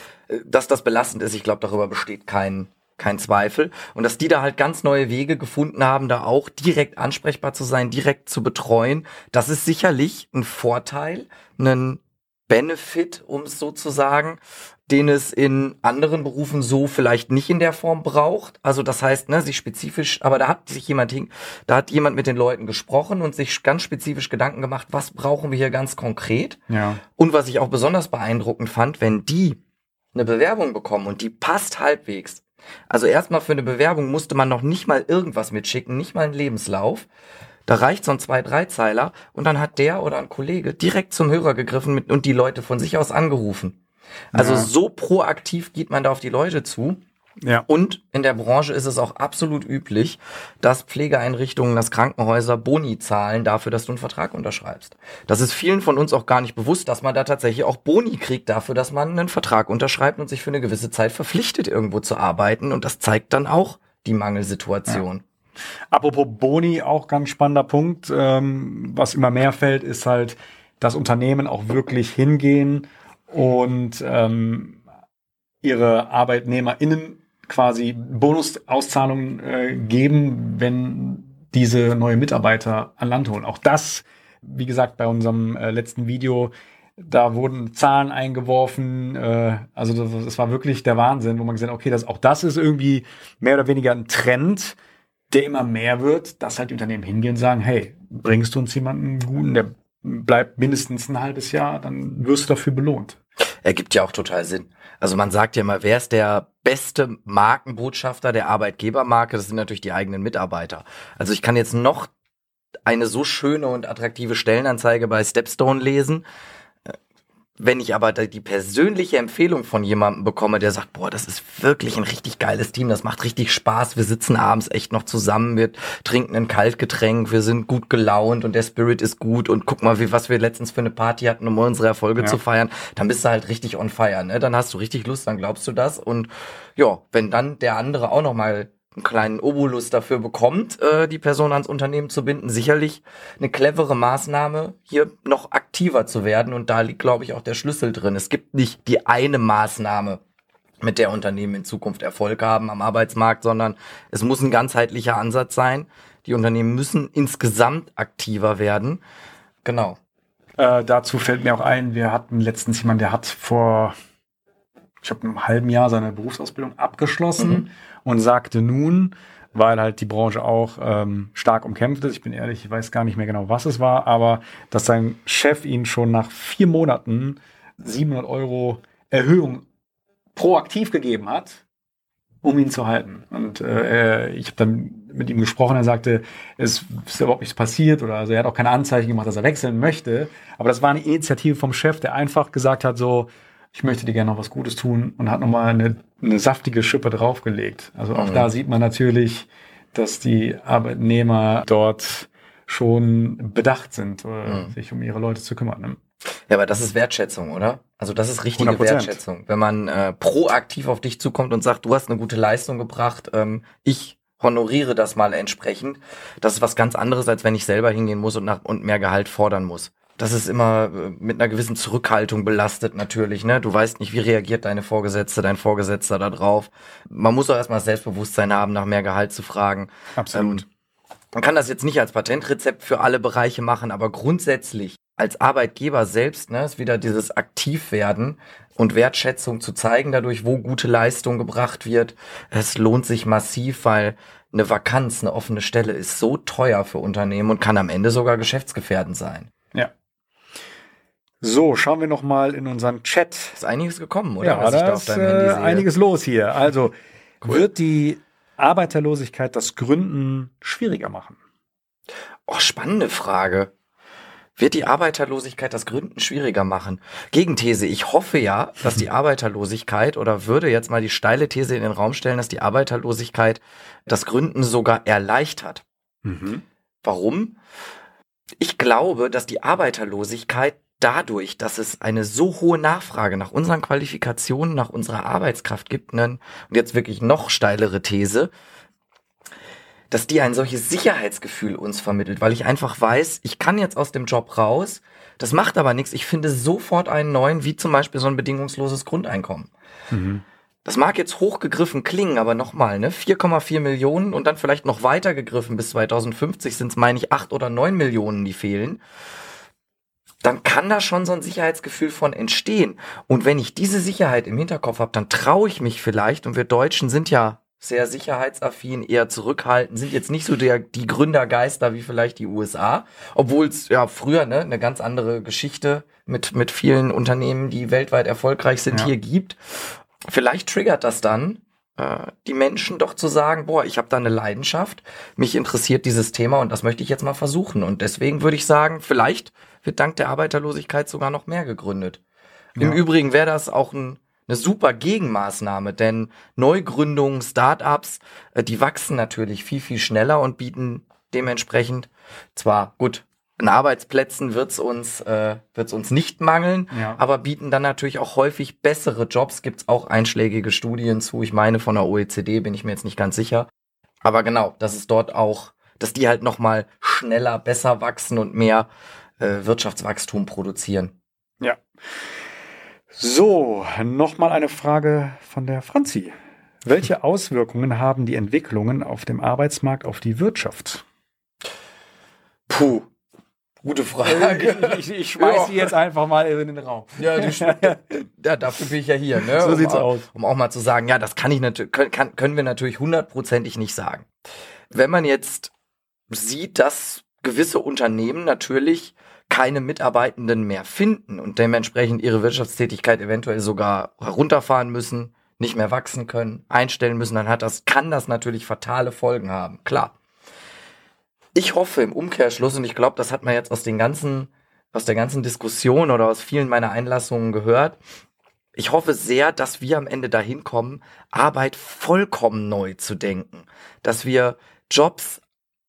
S4: Dass das belastend ist, ich glaube, darüber besteht kein kein Zweifel. Und dass die da halt ganz neue Wege gefunden haben, da auch direkt ansprechbar zu sein, direkt zu betreuen, das ist sicherlich ein Vorteil, ein Benefit, um es so zu sagen, den es in anderen Berufen so vielleicht nicht in der Form braucht. Also das heißt, ne, sich spezifisch, aber da hat sich jemand hin, da hat jemand mit den Leuten gesprochen und sich ganz spezifisch Gedanken gemacht, was brauchen wir hier ganz konkret?
S3: Ja.
S4: Und was ich auch besonders beeindruckend fand, wenn die eine Bewerbung bekommen und die passt halbwegs. Also erstmal für eine Bewerbung musste man noch nicht mal irgendwas mitschicken, nicht mal einen Lebenslauf. Da reicht so ein zwei-, dreizeiler und dann hat der oder ein Kollege direkt zum Hörer gegriffen mit, und die Leute von sich aus angerufen. Also ja. so proaktiv geht man da auf die Leute zu.
S3: Ja.
S4: Und in der Branche ist es auch absolut üblich, dass Pflegeeinrichtungen, dass Krankenhäuser Boni zahlen dafür, dass du einen Vertrag unterschreibst. Das ist vielen von uns auch gar nicht bewusst, dass man da tatsächlich auch Boni kriegt dafür, dass man einen Vertrag unterschreibt und sich für eine gewisse Zeit verpflichtet, irgendwo zu arbeiten. Und das zeigt dann auch die Mangelsituation.
S3: Ja. Apropos Boni, auch ganz spannender Punkt. Ähm, was immer mehr fällt, ist halt, dass Unternehmen auch wirklich hingehen und ähm, ihre ArbeitnehmerInnen quasi Bonusauszahlungen äh, geben, wenn diese neue Mitarbeiter an Land holen. Auch das, wie gesagt, bei unserem äh, letzten Video, da wurden Zahlen eingeworfen. Äh, also das, das war wirklich der Wahnsinn, wo man gesehen hat, okay, das, auch das ist irgendwie mehr oder weniger ein Trend, der immer mehr wird, dass halt die Unternehmen hingehen und sagen, hey, bringst du uns jemanden guten, der bleibt mindestens ein halbes Jahr, dann wirst du dafür belohnt.
S4: Ergibt ja auch total Sinn. Also man sagt ja immer, wer ist der beste Markenbotschafter der Arbeitgebermarke? Das sind natürlich die eigenen Mitarbeiter. Also ich kann jetzt noch eine so schöne und attraktive Stellenanzeige bei Stepstone lesen. Wenn ich aber die persönliche Empfehlung von jemandem bekomme, der sagt, boah, das ist wirklich ein richtig geiles Team, das macht richtig Spaß, wir sitzen abends echt noch zusammen, wir trinken ein Kaltgetränk, wir sind gut gelaunt und der Spirit ist gut und guck mal, wie, was wir letztens für eine Party hatten, um unsere Erfolge ja. zu feiern, dann bist du halt richtig on fire, ne? Dann hast du richtig Lust, dann glaubst du das und ja, wenn dann der andere auch noch mal einen kleinen Obolus dafür bekommt, äh, die Person ans Unternehmen zu binden, sicherlich eine clevere Maßnahme, hier noch aktiver zu werden. Und da liegt, glaube ich, auch der Schlüssel drin. Es gibt nicht die eine Maßnahme, mit der Unternehmen in Zukunft Erfolg haben am Arbeitsmarkt, sondern es muss ein ganzheitlicher Ansatz sein. Die Unternehmen müssen insgesamt aktiver werden. Genau.
S3: Äh, dazu fällt mir auch ein, wir hatten letztens jemanden, der hat vor, ich glaube, einem halben Jahr seine Berufsausbildung abgeschlossen mhm. und sagte nun, weil halt die Branche auch ähm, stark umkämpft ist, ich bin ehrlich, ich weiß gar nicht mehr genau, was es war, aber dass sein Chef ihn schon nach vier Monaten siebenhundert Euro Erhöhung proaktiv gegeben hat, um ihn zu halten. Und äh, ich habe dann mit ihm gesprochen, er sagte, es ist überhaupt nichts passiert oder also er hat auch keine Anzeichen gemacht, dass er wechseln möchte, aber das war eine Initiative vom Chef, der einfach gesagt hat, so, ich möchte dir gerne noch was Gutes tun und hat nochmal eine, eine saftige Schippe draufgelegt. Also auch mhm. da sieht man natürlich, dass die Arbeitnehmer dort schon bedacht sind, mhm. sich um ihre Leute zu kümmern. Ne?
S4: Ja, aber das ist Wertschätzung, oder? Also das ist richtige hundert Prozent Wertschätzung. Wenn man äh, proaktiv auf dich zukommt und sagt, du hast eine gute Leistung gebracht, ähm, ich honoriere das mal entsprechend. Das ist was ganz anderes, als wenn ich selber hingehen muss und, nach, und mehr Gehalt fordern muss. Das ist immer mit einer gewissen Zurückhaltung belastet natürlich, ne? Du weißt nicht, wie reagiert deine Vorgesetzte, dein Vorgesetzter da drauf. Man muss auch erstmal das Selbstbewusstsein haben, nach mehr Gehalt zu fragen.
S3: Absolut.
S4: Ähm, man kann das jetzt nicht als Patentrezept für alle Bereiche machen, aber grundsätzlich als Arbeitgeber selbst, ne, ist wieder dieses Aktivwerden und Wertschätzung zu zeigen dadurch, wo gute Leistung gebracht wird. Es lohnt sich massiv, weil eine Vakanz, eine offene Stelle ist so teuer für Unternehmen und kann am Ende sogar geschäftsgefährdend sein.
S3: Ja. So, schauen wir noch mal in unseren Chat.
S4: Ist einiges gekommen, oder?
S3: Ja,
S4: was
S3: da
S4: ich da auf
S3: ist
S4: deinem Handy
S3: äh,
S4: sehe.
S3: einiges los hier. Also,
S4: Cool.
S3: Wird die Arbeiterlosigkeit das Gründen schwieriger machen?
S4: Oh, spannende Frage. Wird die Arbeiterlosigkeit das Gründen schwieriger machen? Gegenthese, ich hoffe ja, dass die Arbeiterlosigkeit, oder würde jetzt mal die steile These in den Raum stellen, dass die Arbeiterlosigkeit das Gründen sogar erleichtert.
S3: Mhm.
S4: Warum? Ich glaube, dass die Arbeiterlosigkeit dadurch, dass es eine so hohe Nachfrage nach unseren Qualifikationen, nach unserer Arbeitskraft gibt, ne, und jetzt wirklich noch steilere These, dass die ein solches Sicherheitsgefühl uns vermittelt, weil ich einfach weiß, ich kann jetzt aus dem Job raus, das macht aber nichts, ich finde sofort einen neuen, wie zum Beispiel so ein bedingungsloses Grundeinkommen.
S3: Mhm.
S4: Das mag jetzt hochgegriffen klingen, aber nochmal, ne, vier Komma vier Millionen und dann vielleicht noch weiter gegriffen, bis zweitausendfünfzig sind es, meine ich, acht oder neun Millionen, die fehlen. Dann kann da schon so ein Sicherheitsgefühl von entstehen. Und wenn ich diese Sicherheit im Hinterkopf habe, dann traue ich mich vielleicht, und wir Deutschen sind ja sehr sicherheitsaffin, eher zurückhaltend, sind jetzt nicht so der, die Gründergeister wie vielleicht die U S A, obwohl es ja früher ne, eine ganz andere Geschichte mit, mit vielen Unternehmen, die weltweit erfolgreich sind, ja. hier gibt. Vielleicht triggert das dann äh, die Menschen doch zu sagen, boah, ich habe da eine Leidenschaft, mich interessiert dieses Thema und das möchte ich jetzt mal versuchen. Und deswegen würde ich sagen, vielleicht wird dank der Arbeiterlosigkeit sogar noch mehr gegründet. Ja. Im Übrigen wäre das auch ein, eine super Gegenmaßnahme, denn Neugründungen, Startups, äh, die wachsen natürlich viel, viel schneller und bieten dementsprechend zwar, gut, an Arbeitsplätzen wird's uns äh, wird's uns nicht mangeln,
S3: ja.
S4: aber bieten dann natürlich auch häufig bessere Jobs. Gibt's auch einschlägige Studien zu. Ich meine, von der O E C D bin ich mir jetzt nicht ganz sicher. Aber genau, dass es dort auch, dass die halt noch mal schneller, besser wachsen und mehr äh, Wirtschaftswachstum produzieren.
S3: Ja. So, nochmal eine Frage von der Franzi. Welche Auswirkungen haben die Entwicklungen auf dem Arbeitsmarkt auf die Wirtschaft?
S4: Puh. Gute Frage.
S3: Ich, ich, ich schmeiß ja. sie jetzt einfach mal in den Raum.
S4: Ja, die, ja, dafür bin ich ja hier. Ne?
S3: So
S4: um,
S3: sieht's aus.
S4: Um auch mal zu sagen, ja, das kann ich natürlich, können, kann, können wir natürlich hundertprozentig nicht sagen. Wenn man jetzt sieht, dass gewisse Unternehmen natürlich keine Mitarbeitenden mehr finden und dementsprechend ihre Wirtschaftstätigkeit eventuell sogar herunterfahren müssen, nicht mehr wachsen können, einstellen müssen, dann hat das, kann das natürlich fatale Folgen haben, klar. Ich hoffe im Umkehrschluss, und ich glaube, das hat man jetzt aus den ganzen, aus der ganzen Diskussion oder aus vielen meiner Einlassungen gehört, ich hoffe sehr, dass wir am Ende dahin kommen, Arbeit vollkommen neu zu denken, dass wir Jobs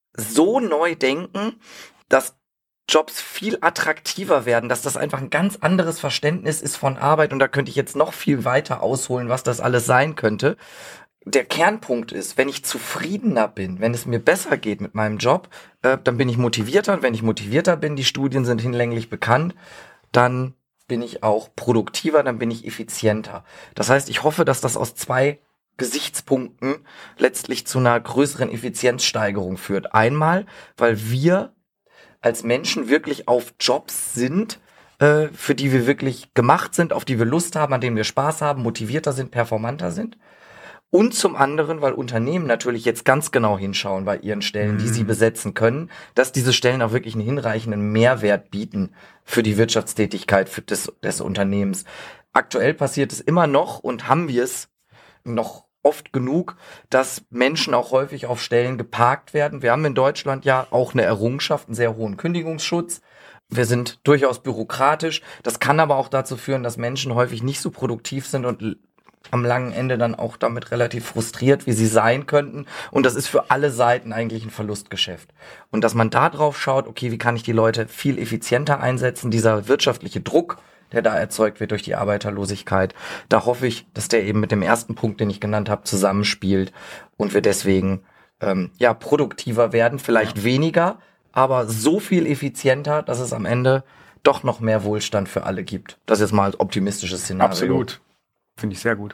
S4: so neu denken, dass Jobs viel attraktiver werden, dass das einfach ein ganz anderes Verständnis ist von Arbeit und da könnte ich jetzt noch viel weiter ausholen, was das alles sein könnte. Der Kernpunkt ist, wenn ich zufriedener bin, wenn es mir besser geht mit meinem Job, äh, dann bin ich motivierter und wenn ich motivierter bin, die Studien sind hinlänglich bekannt, dann bin ich auch produktiver, dann bin ich effizienter. Das heißt, ich hoffe, dass das aus zwei Gesichtspunkten letztlich zu einer größeren Effizienzsteigerung führt. Einmal, weil wir als Menschen wirklich auf Jobs sind, äh, für die wir wirklich gemacht sind, auf die wir Lust haben, an denen wir Spaß haben, motivierter sind, performanter sind. Und zum anderen, weil Unternehmen natürlich jetzt ganz genau hinschauen bei ihren Stellen, mhm. die sie besetzen können, dass diese Stellen auch wirklich einen hinreichenden Mehrwert bieten für die Wirtschaftstätigkeit für des, des Unternehmens. Aktuell passiert es immer noch und haben wir es noch oft genug, dass Menschen auch häufig auf Stellen geparkt werden. Wir haben in Deutschland ja auch eine Errungenschaft, einen sehr hohen Kündigungsschutz. Wir sind durchaus bürokratisch. Das kann aber auch dazu führen, dass Menschen häufig nicht so produktiv sind und am langen Ende dann auch damit relativ frustriert, wie sie sein könnten. Und das ist für alle Seiten eigentlich ein Verlustgeschäft. Und dass man da drauf schaut, okay, wie kann ich die Leute viel effizienter einsetzen, dieser wirtschaftliche Druck, der da erzeugt wird durch die Arbeiterlosigkeit. Da hoffe ich, dass der eben mit dem ersten Punkt, den ich genannt habe, zusammenspielt und wir deswegen ähm, ja produktiver werden, vielleicht ja. weniger, aber so viel effizienter, dass es am Ende doch noch mehr Wohlstand für alle gibt. Das ist jetzt mal als optimistisches Szenario.
S3: Absolut. Finde ich sehr gut.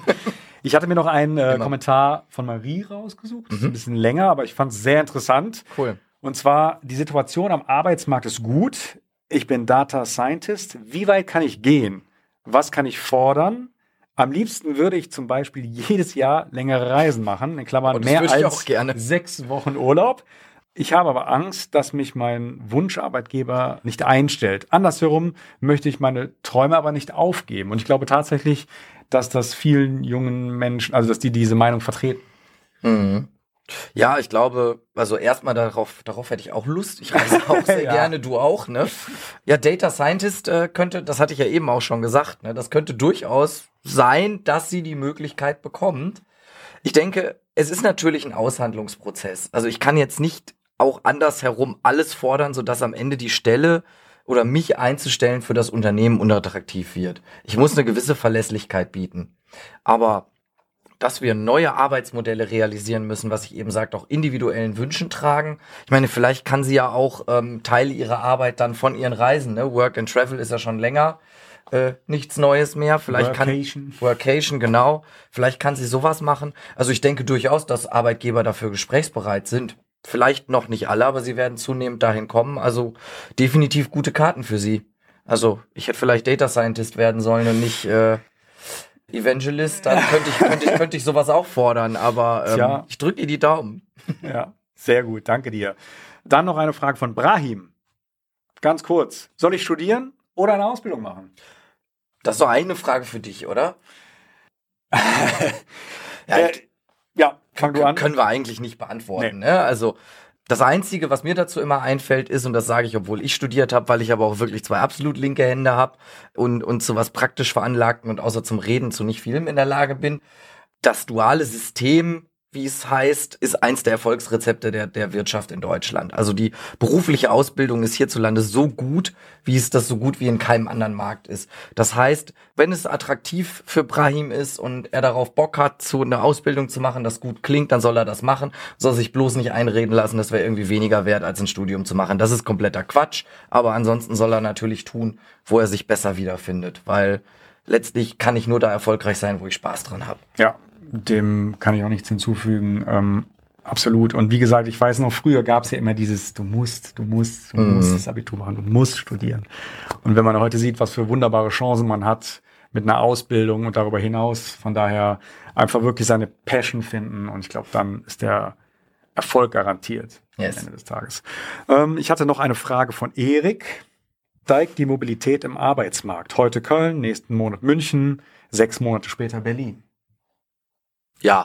S3: Ich hatte mir noch einen äh, Kommentar von Marie rausgesucht. Das ist ein bisschen länger, aber ich fand es sehr interessant.
S4: Cool.
S3: Und zwar, die Situation am Arbeitsmarkt ist gut. Ich bin Data Scientist. Wie weit kann ich gehen? Was kann ich fordern? Am liebsten würde ich zum Beispiel jedes Jahr längere Reisen machen, in Klammern
S4: Und
S3: mehr als
S4: auch gerne.
S3: sechs Wochen Urlaub. Ich habe aber Angst, dass mich mein Wunscharbeitgeber nicht einstellt. Andersherum möchte ich meine Träume aber nicht aufgeben. Und ich glaube tatsächlich, dass das vielen jungen Menschen, also dass die diese Meinung vertreten.
S4: Mhm. Ja, ich glaube, also erstmal darauf, darauf hätte ich auch Lust. Ich reise auch sehr ja. gerne, du auch, ne? Ja, Data Scientist äh, könnte, das hatte ich ja eben auch schon gesagt, ne? Das könnte durchaus sein, dass sie die Möglichkeit bekommt. Ich denke, es ist natürlich ein Aushandlungsprozess. Also ich kann jetzt nicht auch andersherum alles fordern, sodass am Ende die Stelle oder mich einzustellen für das Unternehmen unattraktiv wird. Ich muss eine gewisse Verlässlichkeit bieten. Aber dass wir neue Arbeitsmodelle realisieren müssen, was ich eben sagte, auch individuellen Wünschen tragen. Ich meine, vielleicht kann sie ja auch ähm, Teile ihrer Arbeit dann von ihren Reisen, ne? Work and Travel ist ja schon länger äh, nichts Neues mehr. Vielleicht
S3: Workation.
S4: kann Workation, genau. Vielleicht kann sie sowas machen. Also ich denke durchaus, dass Arbeitgeber dafür gesprächsbereit sind. Vielleicht noch nicht alle, aber sie werden zunehmend dahin kommen. Also definitiv gute Karten für sie. Also ich hätte vielleicht Data Scientist werden sollen und nicht äh, Evangelist, dann könnte ich, könnte ich, könnte ich sowas auch fordern, aber ähm, ja. ich drücke ihr die Daumen.
S3: Ja, sehr gut, danke dir. Dann noch eine Frage von Brahim. Ganz kurz, soll ich studieren oder eine Ausbildung machen?
S4: Das ist doch eine Frage für dich, oder? ja,
S3: äh, ja, fang du an.
S4: Können wir eigentlich nicht beantworten.
S3: Nee.
S4: Ne? Also das Einzige, was mir dazu immer einfällt, ist, und das sage ich, obwohl ich studiert habe, weil ich aber auch wirklich zwei absolut linke Hände habe und, und zu was praktisch Veranlagten und außer zum Reden zu nicht vielem in der Lage bin, das duale System, wie es heißt, ist eins der Erfolgsrezepte der, der Wirtschaft in Deutschland. Also die berufliche Ausbildung ist hierzulande so gut, wie es das so gut wie in keinem anderen Markt ist. Das heißt, wenn es attraktiv für Brahim ist und er darauf Bock hat, zu eine Ausbildung zu machen, das gut klingt, dann soll er das machen. Soll sich bloß nicht einreden lassen, das wäre irgendwie weniger wert, als ein Studium zu machen. Das ist kompletter Quatsch. Aber ansonsten soll er natürlich tun, wo er sich besser wiederfindet. Weil letztlich kann ich nur da erfolgreich sein, wo ich Spaß dran habe.
S3: Ja. Dem kann ich auch nichts hinzufügen. Ähm, absolut. Und wie gesagt, ich weiß noch, früher gab es ja immer dieses, du musst, du musst, du mm. musst das Abitur machen, du musst studieren. Und wenn man heute sieht, was für wunderbare Chancen man hat mit einer Ausbildung und darüber hinaus, von daher einfach wirklich seine Passion finden. Und ich glaube, dann ist der Erfolg garantiert
S4: yes.
S3: am Ende des Tages. Ähm, ich hatte noch eine Frage von Erik. steigt die Mobilität im Arbeitsmarkt? Heute Köln, nächsten Monat München, sechs Monate später Berlin.
S4: Ja.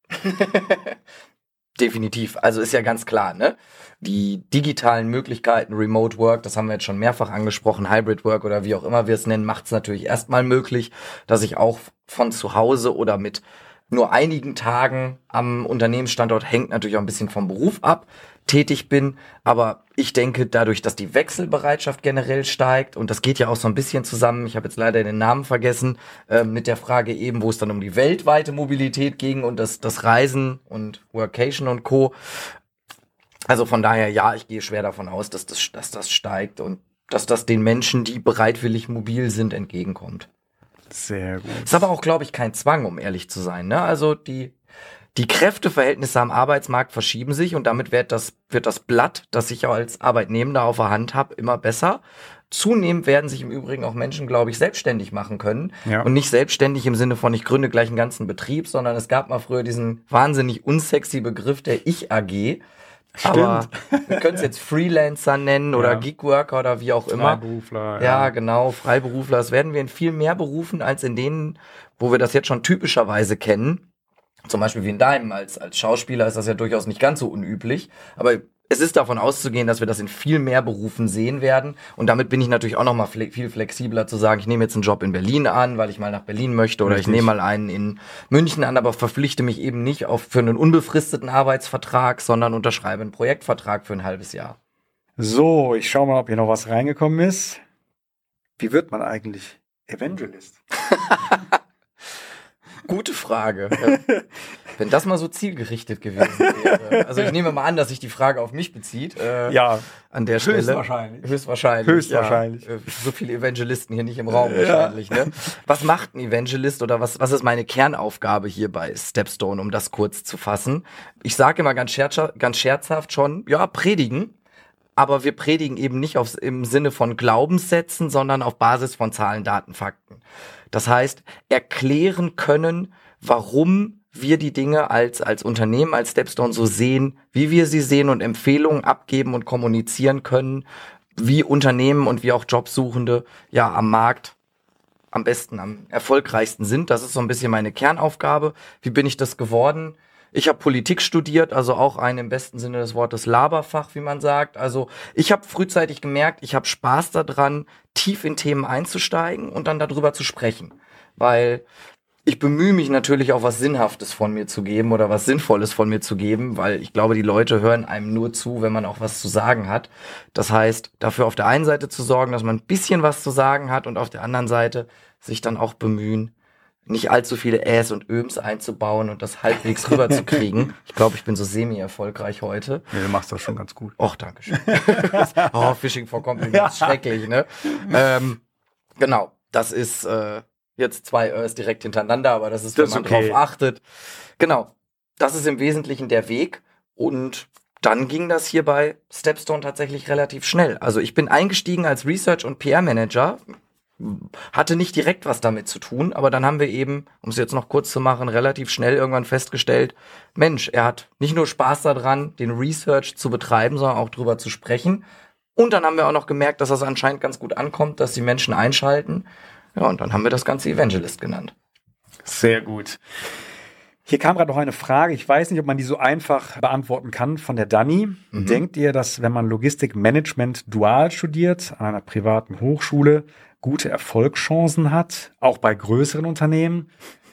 S4: Definitiv. Also ist ja ganz klar, ne? Die digitalen Möglichkeiten, Remote Work, das haben wir jetzt schon mehrfach angesprochen, Hybrid Work oder wie auch immer wir es nennen, macht es natürlich erstmal möglich, dass ich auch von zu Hause oder mit nur einigen Tagen am Unternehmensstandort, hängt natürlich auch ein bisschen vom Beruf ab, tätig bin. Aber ich denke, dadurch, dass die Wechselbereitschaft generell steigt, und das geht ja auch so ein bisschen zusammen, ich habe jetzt leider den Namen vergessen, äh, mit der Frage eben, wo es dann um die weltweite Mobilität ging und das, das Reisen und Workation und Co. Also von daher, ja, ich gehe schwer davon aus, dass das, dass das steigt und dass das den Menschen, die bereitwillig mobil sind, entgegenkommt.
S3: Sehr gut.
S4: Ist aber auch, glaube ich, kein Zwang, um ehrlich zu sein, ne? Also die die Kräfteverhältnisse am Arbeitsmarkt verschieben sich und damit wird das wird das Blatt, das ich auch als Arbeitnehmender auf der Hand habe, immer besser. Zunehmend werden sich im Übrigen auch Menschen, glaube ich, selbstständig machen können.
S3: Ja.
S4: Und nicht selbstständig im Sinne von, ich gründe gleich einen ganzen Betrieb, sondern es gab mal früher diesen wahnsinnig unsexy Begriff der Ich-A G. Aber wir können es jetzt Freelancer nennen oder
S3: Ja.
S4: Gigworker oder wie auch immer.
S3: Freiberufler.
S4: Ja, genau, Freiberufler. Das werden wir in viel mehr Berufen als in denen, wo wir das jetzt schon typischerweise kennen. Zum Beispiel wie in deinem. Als, als Schauspieler ist das ja durchaus nicht ganz so unüblich. Aber es ist davon auszugehen, dass wir das in viel mehr Berufen sehen werden. Und damit bin ich natürlich auch noch mal fle- viel flexibler zu sagen, ich nehme jetzt einen Job in Berlin an, weil ich mal nach Berlin möchte. Oder
S3: Richtig.
S4: ich nehme mal einen in München an, aber verpflichte mich eben nicht auf für einen unbefristeten Arbeitsvertrag, sondern unterschreibe einen Projektvertrag für ein halbes Jahr.
S3: So, ich schau mal, ob hier noch was reingekommen ist. Wie wird man eigentlich Evangelist?
S4: Gute Frage. Ja. Wenn das mal so zielgerichtet gewesen wäre. Also ich nehme mal an, dass sich die Frage auf mich bezieht. Äh,
S3: Ja,
S4: an der Stelle.
S3: höchstwahrscheinlich.
S4: Höchstwahrscheinlich.
S3: Höchstwahrscheinlich.
S4: Ja. Äh, So viele Evangelisten hier nicht im Raum wahrscheinlich. Ne? Was macht ein Evangelist oder was, was ist meine Kernaufgabe hier bei Stepstone, um das kurz zu fassen? Ich sage immer ganz, scherzer, ganz scherzhaft schon, ja, predigen. Aber wir predigen eben nicht aufs, im Sinne von Glaubenssätzen, sondern auf Basis von Zahlen, Daten, Fakten. Das heißt, erklären können, warum wir die Dinge als, als Unternehmen, als Stepstone so sehen, wie wir sie sehen und Empfehlungen abgeben und kommunizieren können, wie Unternehmen und wie auch Jobsuchende ja am Markt am besten, am erfolgreichsten sind. Das ist so ein bisschen meine Kernaufgabe. Wie bin ich das geworden? Ich habe Politik studiert, also auch ein im besten Sinne des Wortes Laberfach, wie man sagt. Also ich habe frühzeitig gemerkt, ich habe Spaß daran, tief in Themen einzusteigen und dann darüber zu sprechen. Weil ich bemühe mich natürlich auch was Sinnhaftes von mir zu geben oder was Sinnvolles von mir zu geben, weil ich glaube, die Leute hören einem nur zu, wenn man auch was zu sagen hat. Das heißt, dafür auf der einen Seite zu sorgen, dass man ein bisschen was zu sagen hat und auf der anderen Seite sich dann auch bemühen, nicht allzu viele Äs und Öms einzubauen und das halbwegs rüberzukriegen. Ich glaube, ich bin so semi-erfolgreich heute.
S3: Ja, du machst das schon ganz gut.
S4: Och, danke schön. Oh, Fishing for Compliments, schrecklich, ne? Ähm, genau, das ist äh, jetzt zwei Ös direkt hintereinander, aber das ist, wenn
S3: Das ist
S4: man
S3: okay.
S4: drauf achtet. Genau, das ist im Wesentlichen der Weg und dann ging das hier bei Stepstone tatsächlich relativ schnell. Also ich bin eingestiegen als Research- und P R-Manager, hatte nicht direkt was damit zu tun, aber dann haben wir eben, um es jetzt noch kurz zu machen, relativ schnell irgendwann festgestellt, Mensch, er hat nicht nur Spaß daran, den Research zu betreiben, sondern auch drüber zu sprechen. Und dann haben wir auch noch gemerkt, dass das anscheinend ganz gut ankommt, dass die Menschen einschalten. Ja, und dann haben wir das Ganze Evangelist genannt.
S3: Sehr gut. Hier kam gerade noch eine Frage, ich weiß nicht, ob man die so einfach beantworten kann, von der Dani.
S4: Mhm.
S3: Denkt ihr, dass wenn man Logistikmanagement dual studiert, an einer privaten Hochschule, gute Erfolgschancen hat, auch bei größeren Unternehmen?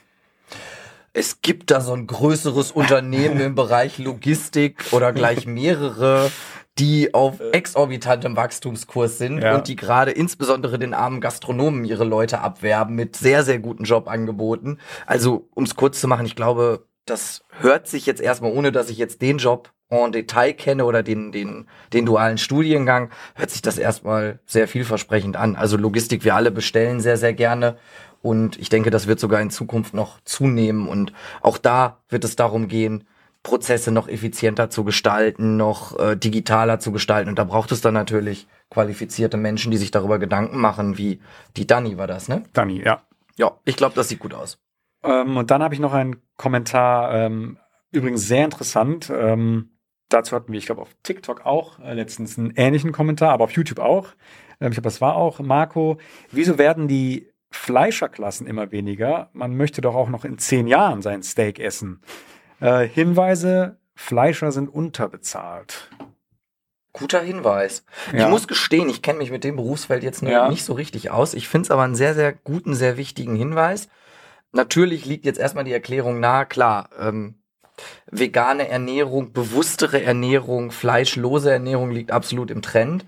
S4: Es gibt da so ein größeres Unternehmen im Bereich Logistik oder gleich mehrere, die auf exorbitantem Wachstumskurs sind
S3: Ja.
S4: und die gerade insbesondere den armen Gastronomen ihre Leute abwerben mit sehr, sehr guten Jobangeboten. Also, um es kurz zu machen, ich glaube, das hört sich jetzt erstmal, ohne dass ich jetzt den Job en Detail kenne oder den, den, den dualen Studiengang, hört sich das erstmal sehr vielversprechend an. Also Logistik, wir alle bestellen sehr, sehr gerne. Und ich denke, das wird sogar in Zukunft noch zunehmen. Und auch da wird es darum gehen, Prozesse noch effizienter zu gestalten, noch äh, digitaler zu gestalten. Und da braucht es dann natürlich qualifizierte Menschen, die sich darüber Gedanken machen, wie die Dani war das, ne?
S3: Dani, ja.
S4: Ja, ich glaube, das sieht gut aus.
S3: Ähm, und dann habe ich noch einen Kommentar, ähm, übrigens sehr interessant. Ähm, Dazu hatten wir, ich glaube, auf TikTok auch äh, letztens einen ähnlichen Kommentar, aber auf YouTube auch. Ähm, ich glaube, das war auch Marco. Wieso werden die Fleischerklassen immer weniger? Man möchte doch auch noch in zehn Jahren sein Steak essen. Äh, Hinweise, Fleischer sind unterbezahlt.
S4: Guter Hinweis.
S3: Ja.
S4: Ich muss gestehen, ich kenne mich mit dem Berufsfeld jetzt nur
S3: Ja.
S4: nicht so richtig aus. Ich finde es aber einen sehr, sehr guten, sehr wichtigen Hinweis. Natürlich liegt jetzt erstmal die Erklärung nahe, klar, ähm, vegane Ernährung, bewusstere Ernährung, fleischlose Ernährung liegt absolut im Trend.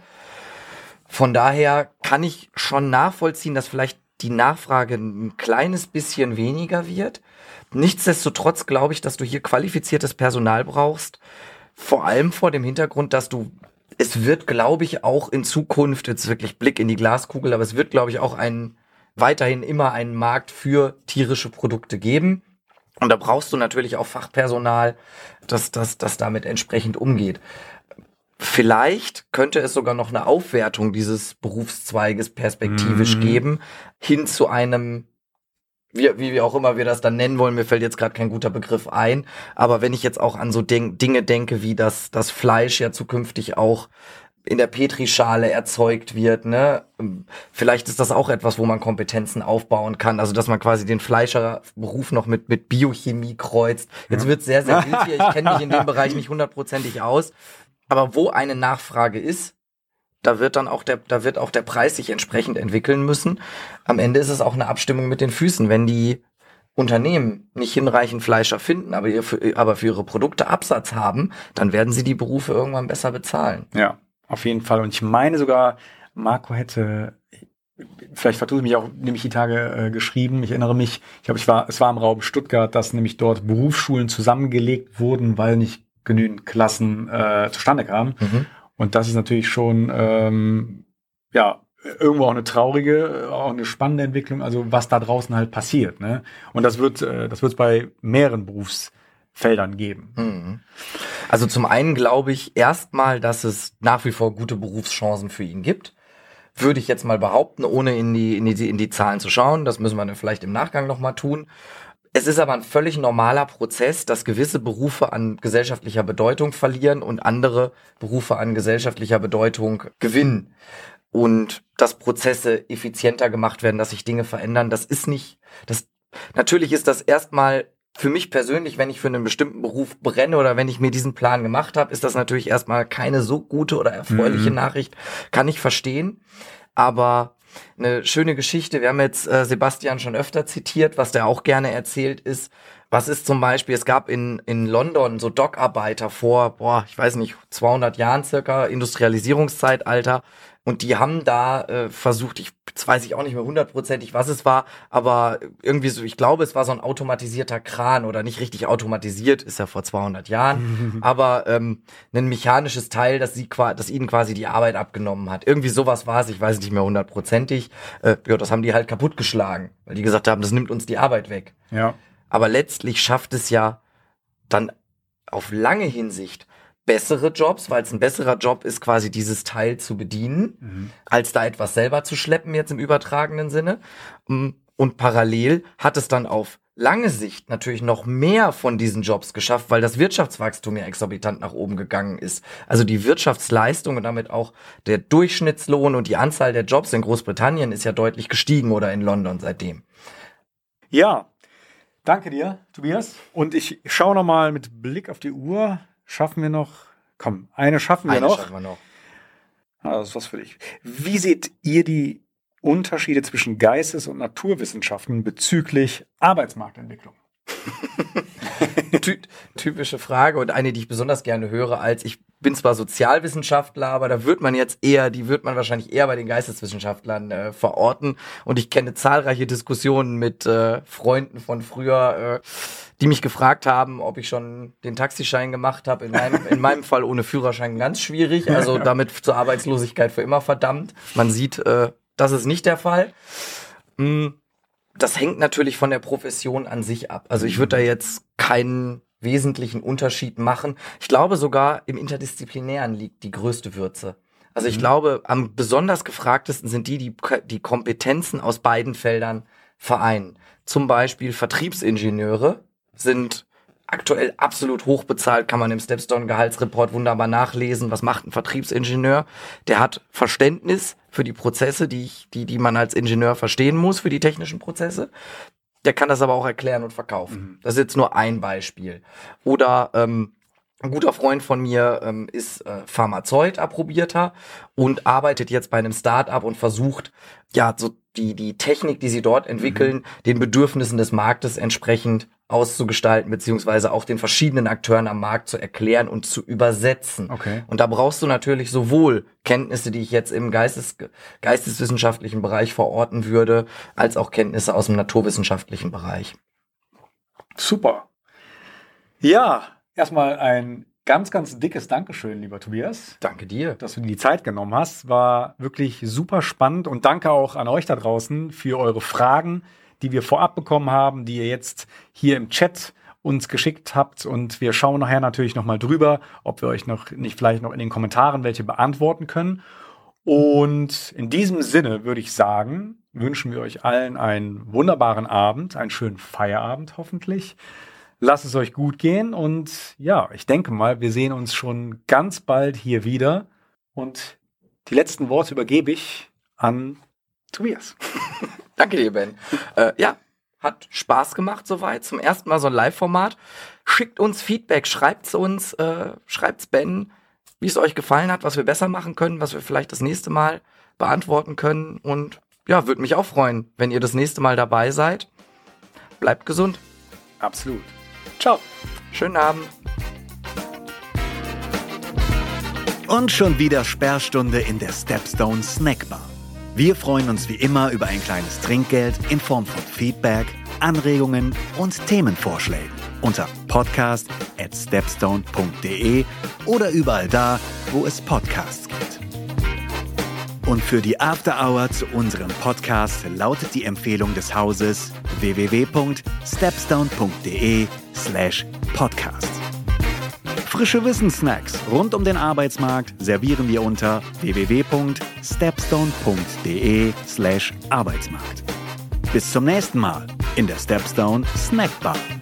S4: Von daher kann ich schon nachvollziehen, dass vielleicht die Nachfrage ein kleines bisschen weniger wird. Nichtsdestotrotz glaube ich, dass du hier qualifiziertes Personal brauchst. Vor allem vor dem Hintergrund, dass du, es wird, glaube ich, auch in Zukunft, jetzt wirklich Blick in die Glaskugel, aber es wird, glaube ich, auch einen, weiterhin immer einen Markt für tierische Produkte geben. Und da brauchst du natürlich auch Fachpersonal, das, das, das damit entsprechend umgeht. Vielleicht könnte es sogar noch eine Aufwertung dieses Berufszweiges perspektivisch
S3: Mhm.
S4: geben, hin zu einem, wie, wie wie auch immer wir das dann nennen wollen, mir fällt jetzt gerade kein guter Begriff ein, aber wenn ich jetzt auch an so Ding, Dinge denke, wie das, das Fleisch ja zukünftig auch in der Petrischale erzeugt wird, ne? Vielleicht ist das auch etwas, wo man Kompetenzen aufbauen kann, also dass man quasi den Fleischerberuf noch mit mit Biochemie kreuzt. Jetzt wird's sehr, sehr wild hier, ich kenne mich in dem Bereich nicht hundertprozentig aus, aber wo eine Nachfrage ist, da wird dann auch der, da wird auch der Preis sich entsprechend entwickeln müssen. Am Ende ist es auch eine Abstimmung mit den Füßen, wenn die Unternehmen nicht hinreichend Fleischer finden, aber, ihr für, aber für ihre Produkte Absatz haben, dann werden sie die Berufe irgendwann besser bezahlen.
S3: Ja, auf jeden Fall. Und ich meine sogar, Marco hätte, vielleicht vertue ich mich auch, nämlich die Tage äh, geschrieben. Ich erinnere mich, ich glaube, ich war, es war im Raum Stuttgart, dass nämlich dort Berufsschulen zusammengelegt wurden, weil nicht genügend Klassen äh, zustande kamen.
S4: Mhm.
S3: Und das ist natürlich schon, ähm, ja, irgendwo auch eine traurige, auch eine spannende Entwicklung, also was da draußen halt passiert, ne? Und das wird, äh, das wird es bei mehreren Berufsfeldern geben.
S4: Mhm. Also zum einen glaube ich erstmal, dass es nach wie vor gute Berufschancen für ihn gibt. Würde ich jetzt mal behaupten, ohne in die, in die, in die Zahlen zu schauen. Das müssen wir dann vielleicht im Nachgang nochmal tun. Es ist aber ein völlig normaler Prozess, dass gewisse Berufe an gesellschaftlicher Bedeutung verlieren und andere Berufe an gesellschaftlicher Bedeutung gewinnen. Und dass Prozesse effizienter gemacht werden, dass sich Dinge verändern, das ist nicht, das, natürlich ist das erstmal für mich persönlich, wenn ich für einen bestimmten Beruf brenne oder wenn ich mir diesen Plan gemacht habe, ist das natürlich erstmal keine so gute oder erfreuliche
S3: Mhm.
S4: Nachricht, kann ich verstehen, aber eine schöne Geschichte, wir haben jetzt äh, Sebastian schon öfter zitiert, was der auch gerne erzählt ist, was ist zum Beispiel, es gab in in London so Dockarbeiter vor, boah, ich weiß nicht, zweihundert Jahren circa, Industrialisierungszeitalter, und die haben da äh, versucht, ich, jetzt weiß ich auch nicht mehr hundertprozentig, was es war, aber irgendwie so, ich glaube, es war so ein automatisierter Kran oder nicht richtig automatisiert, ist ja vor zweihundert Jahren, aber ähm, ein mechanisches Teil, das, sie, qua- das ihnen quasi die Arbeit abgenommen hat. Irgendwie sowas war es, ich weiß nicht mehr hundertprozentig. Äh, ja, das haben die halt kaputtgeschlagen, weil die gesagt haben, das nimmt uns die Arbeit weg.
S3: Ja.
S4: Aber letztlich schafft es ja dann auf lange Hinsicht bessere Jobs, weil es ein besserer Job ist, quasi dieses Teil zu bedienen,
S3: Mhm.
S4: als da etwas selber zu schleppen, jetzt im übertragenen Sinne. Und parallel hat es dann auf lange Sicht natürlich noch mehr von diesen Jobs geschafft, weil das Wirtschaftswachstum ja exorbitant nach oben gegangen ist. Also die Wirtschaftsleistung und damit auch der Durchschnittslohn und die Anzahl der Jobs in Großbritannien ist ja deutlich gestiegen oder in London seitdem.
S3: Ja, danke dir, Tobias. Und ich schaue noch mal mit Blick auf die Uhr. Schaffen wir noch? Komm, eine schaffen wir
S4: Eine
S3: noch.
S4: schaffen wir noch.
S3: Ah, das ist was für dich. Wie seht ihr die Unterschiede zwischen Geistes- und Naturwissenschaften bezüglich Arbeitsmarktentwicklung?
S4: Ty typische Frage und eine, die ich besonders gerne höre, als ich bin zwar Sozialwissenschaftler, aber da wird man jetzt eher, die wird man wahrscheinlich eher bei den Geisteswissenschaftlern äh, verorten. Und ich kenne zahlreiche Diskussionen mit äh, Freunden von früher, äh, die mich gefragt haben, ob ich schon den Taxischein gemacht habe. In meinem, in meinem Fall ohne Führerschein ganz schwierig, also damit zur Arbeitslosigkeit für immer verdammt. Man sieht, äh, das ist nicht der Fall. Mm. Das hängt natürlich von der Profession an sich ab. Also ich würde da jetzt keinen wesentlichen Unterschied machen. Ich glaube sogar im Interdisziplinären liegt die größte Würze. Also ich
S3: Mhm.
S4: glaube, am besonders gefragtesten sind die, die die Kompetenzen aus beiden Feldern vereinen. Zum Beispiel Vertriebsingenieure sind aktuell absolut hochbezahlt, kann man im Stepstone-Gehaltsreport wunderbar nachlesen. Was macht ein Vertriebsingenieur? Der hat Verständnis für die Prozesse, die, ich, die, die man als Ingenieur verstehen muss, für die technischen Prozesse. Der kann das aber auch erklären und verkaufen. Mhm. Das ist jetzt nur ein Beispiel. Oder ähm, ein guter Freund von mir ähm, ist äh, Pharmazeut, approbierter, und arbeitet jetzt bei einem Start-up und versucht, ja, so die die Technik, die sie dort entwickeln, mhm. den Bedürfnissen des Marktes entsprechend auszugestalten, beziehungsweise auch den verschiedenen Akteuren am Markt zu erklären und zu übersetzen.
S3: Okay.
S4: Und da brauchst du natürlich sowohl Kenntnisse, die ich jetzt im Geistes, geisteswissenschaftlichen Bereich verorten würde, als auch Kenntnisse aus dem naturwissenschaftlichen Bereich.
S3: Super. Ja, erstmal ein ganz, ganz dickes Dankeschön, lieber Tobias.
S4: Danke dir.
S3: Dass du dir die Zeit genommen hast. War wirklich super spannend, und danke auch an euch da draußen für eure Fragen, die wir vorab bekommen haben, die ihr jetzt hier im Chat uns geschickt habt, und wir schauen nachher natürlich nochmal drüber, ob wir euch noch nicht vielleicht noch in den Kommentaren welche beantworten können. Und in diesem Sinne würde ich sagen, wünschen wir euch allen einen wunderbaren Abend, einen schönen Feierabend hoffentlich. Lasst es euch gut gehen, und ja, ich denke mal, wir sehen uns schon ganz bald hier wieder, und die letzten Worte übergebe ich an Tobias.
S4: Danke dir, Ben. äh, ja, hat Spaß gemacht soweit. Zum ersten Mal so ein Live-Format. Schickt uns Feedback, schreibt's uns, äh, schreibt's Ben, wie es euch gefallen hat, was wir besser machen können, was wir vielleicht das nächste Mal beantworten können. Und ja, würde mich auch freuen, wenn ihr das nächste Mal dabei seid. Bleibt gesund.
S3: Absolut. Ciao.
S4: Schönen Abend.
S2: Und schon wieder Sperrstunde in der Stepstone Snackbar. Wir freuen uns wie immer über ein kleines Trinkgeld in Form von Feedback, Anregungen und Themenvorschlägen unter podcast at stepstone punkt de oder überall da, wo es Podcasts gibt. Und für die After Hour zu unserem Podcast lautet die Empfehlung des Hauses w w w punkt stepstone punkt de slash podcast. Frische Wissenssnacks rund um den Arbeitsmarkt servieren wir unter w w w punkt stepstone punkt de slash Arbeitsmarkt. Bis zum nächsten Mal in der Stepstone Snackbar.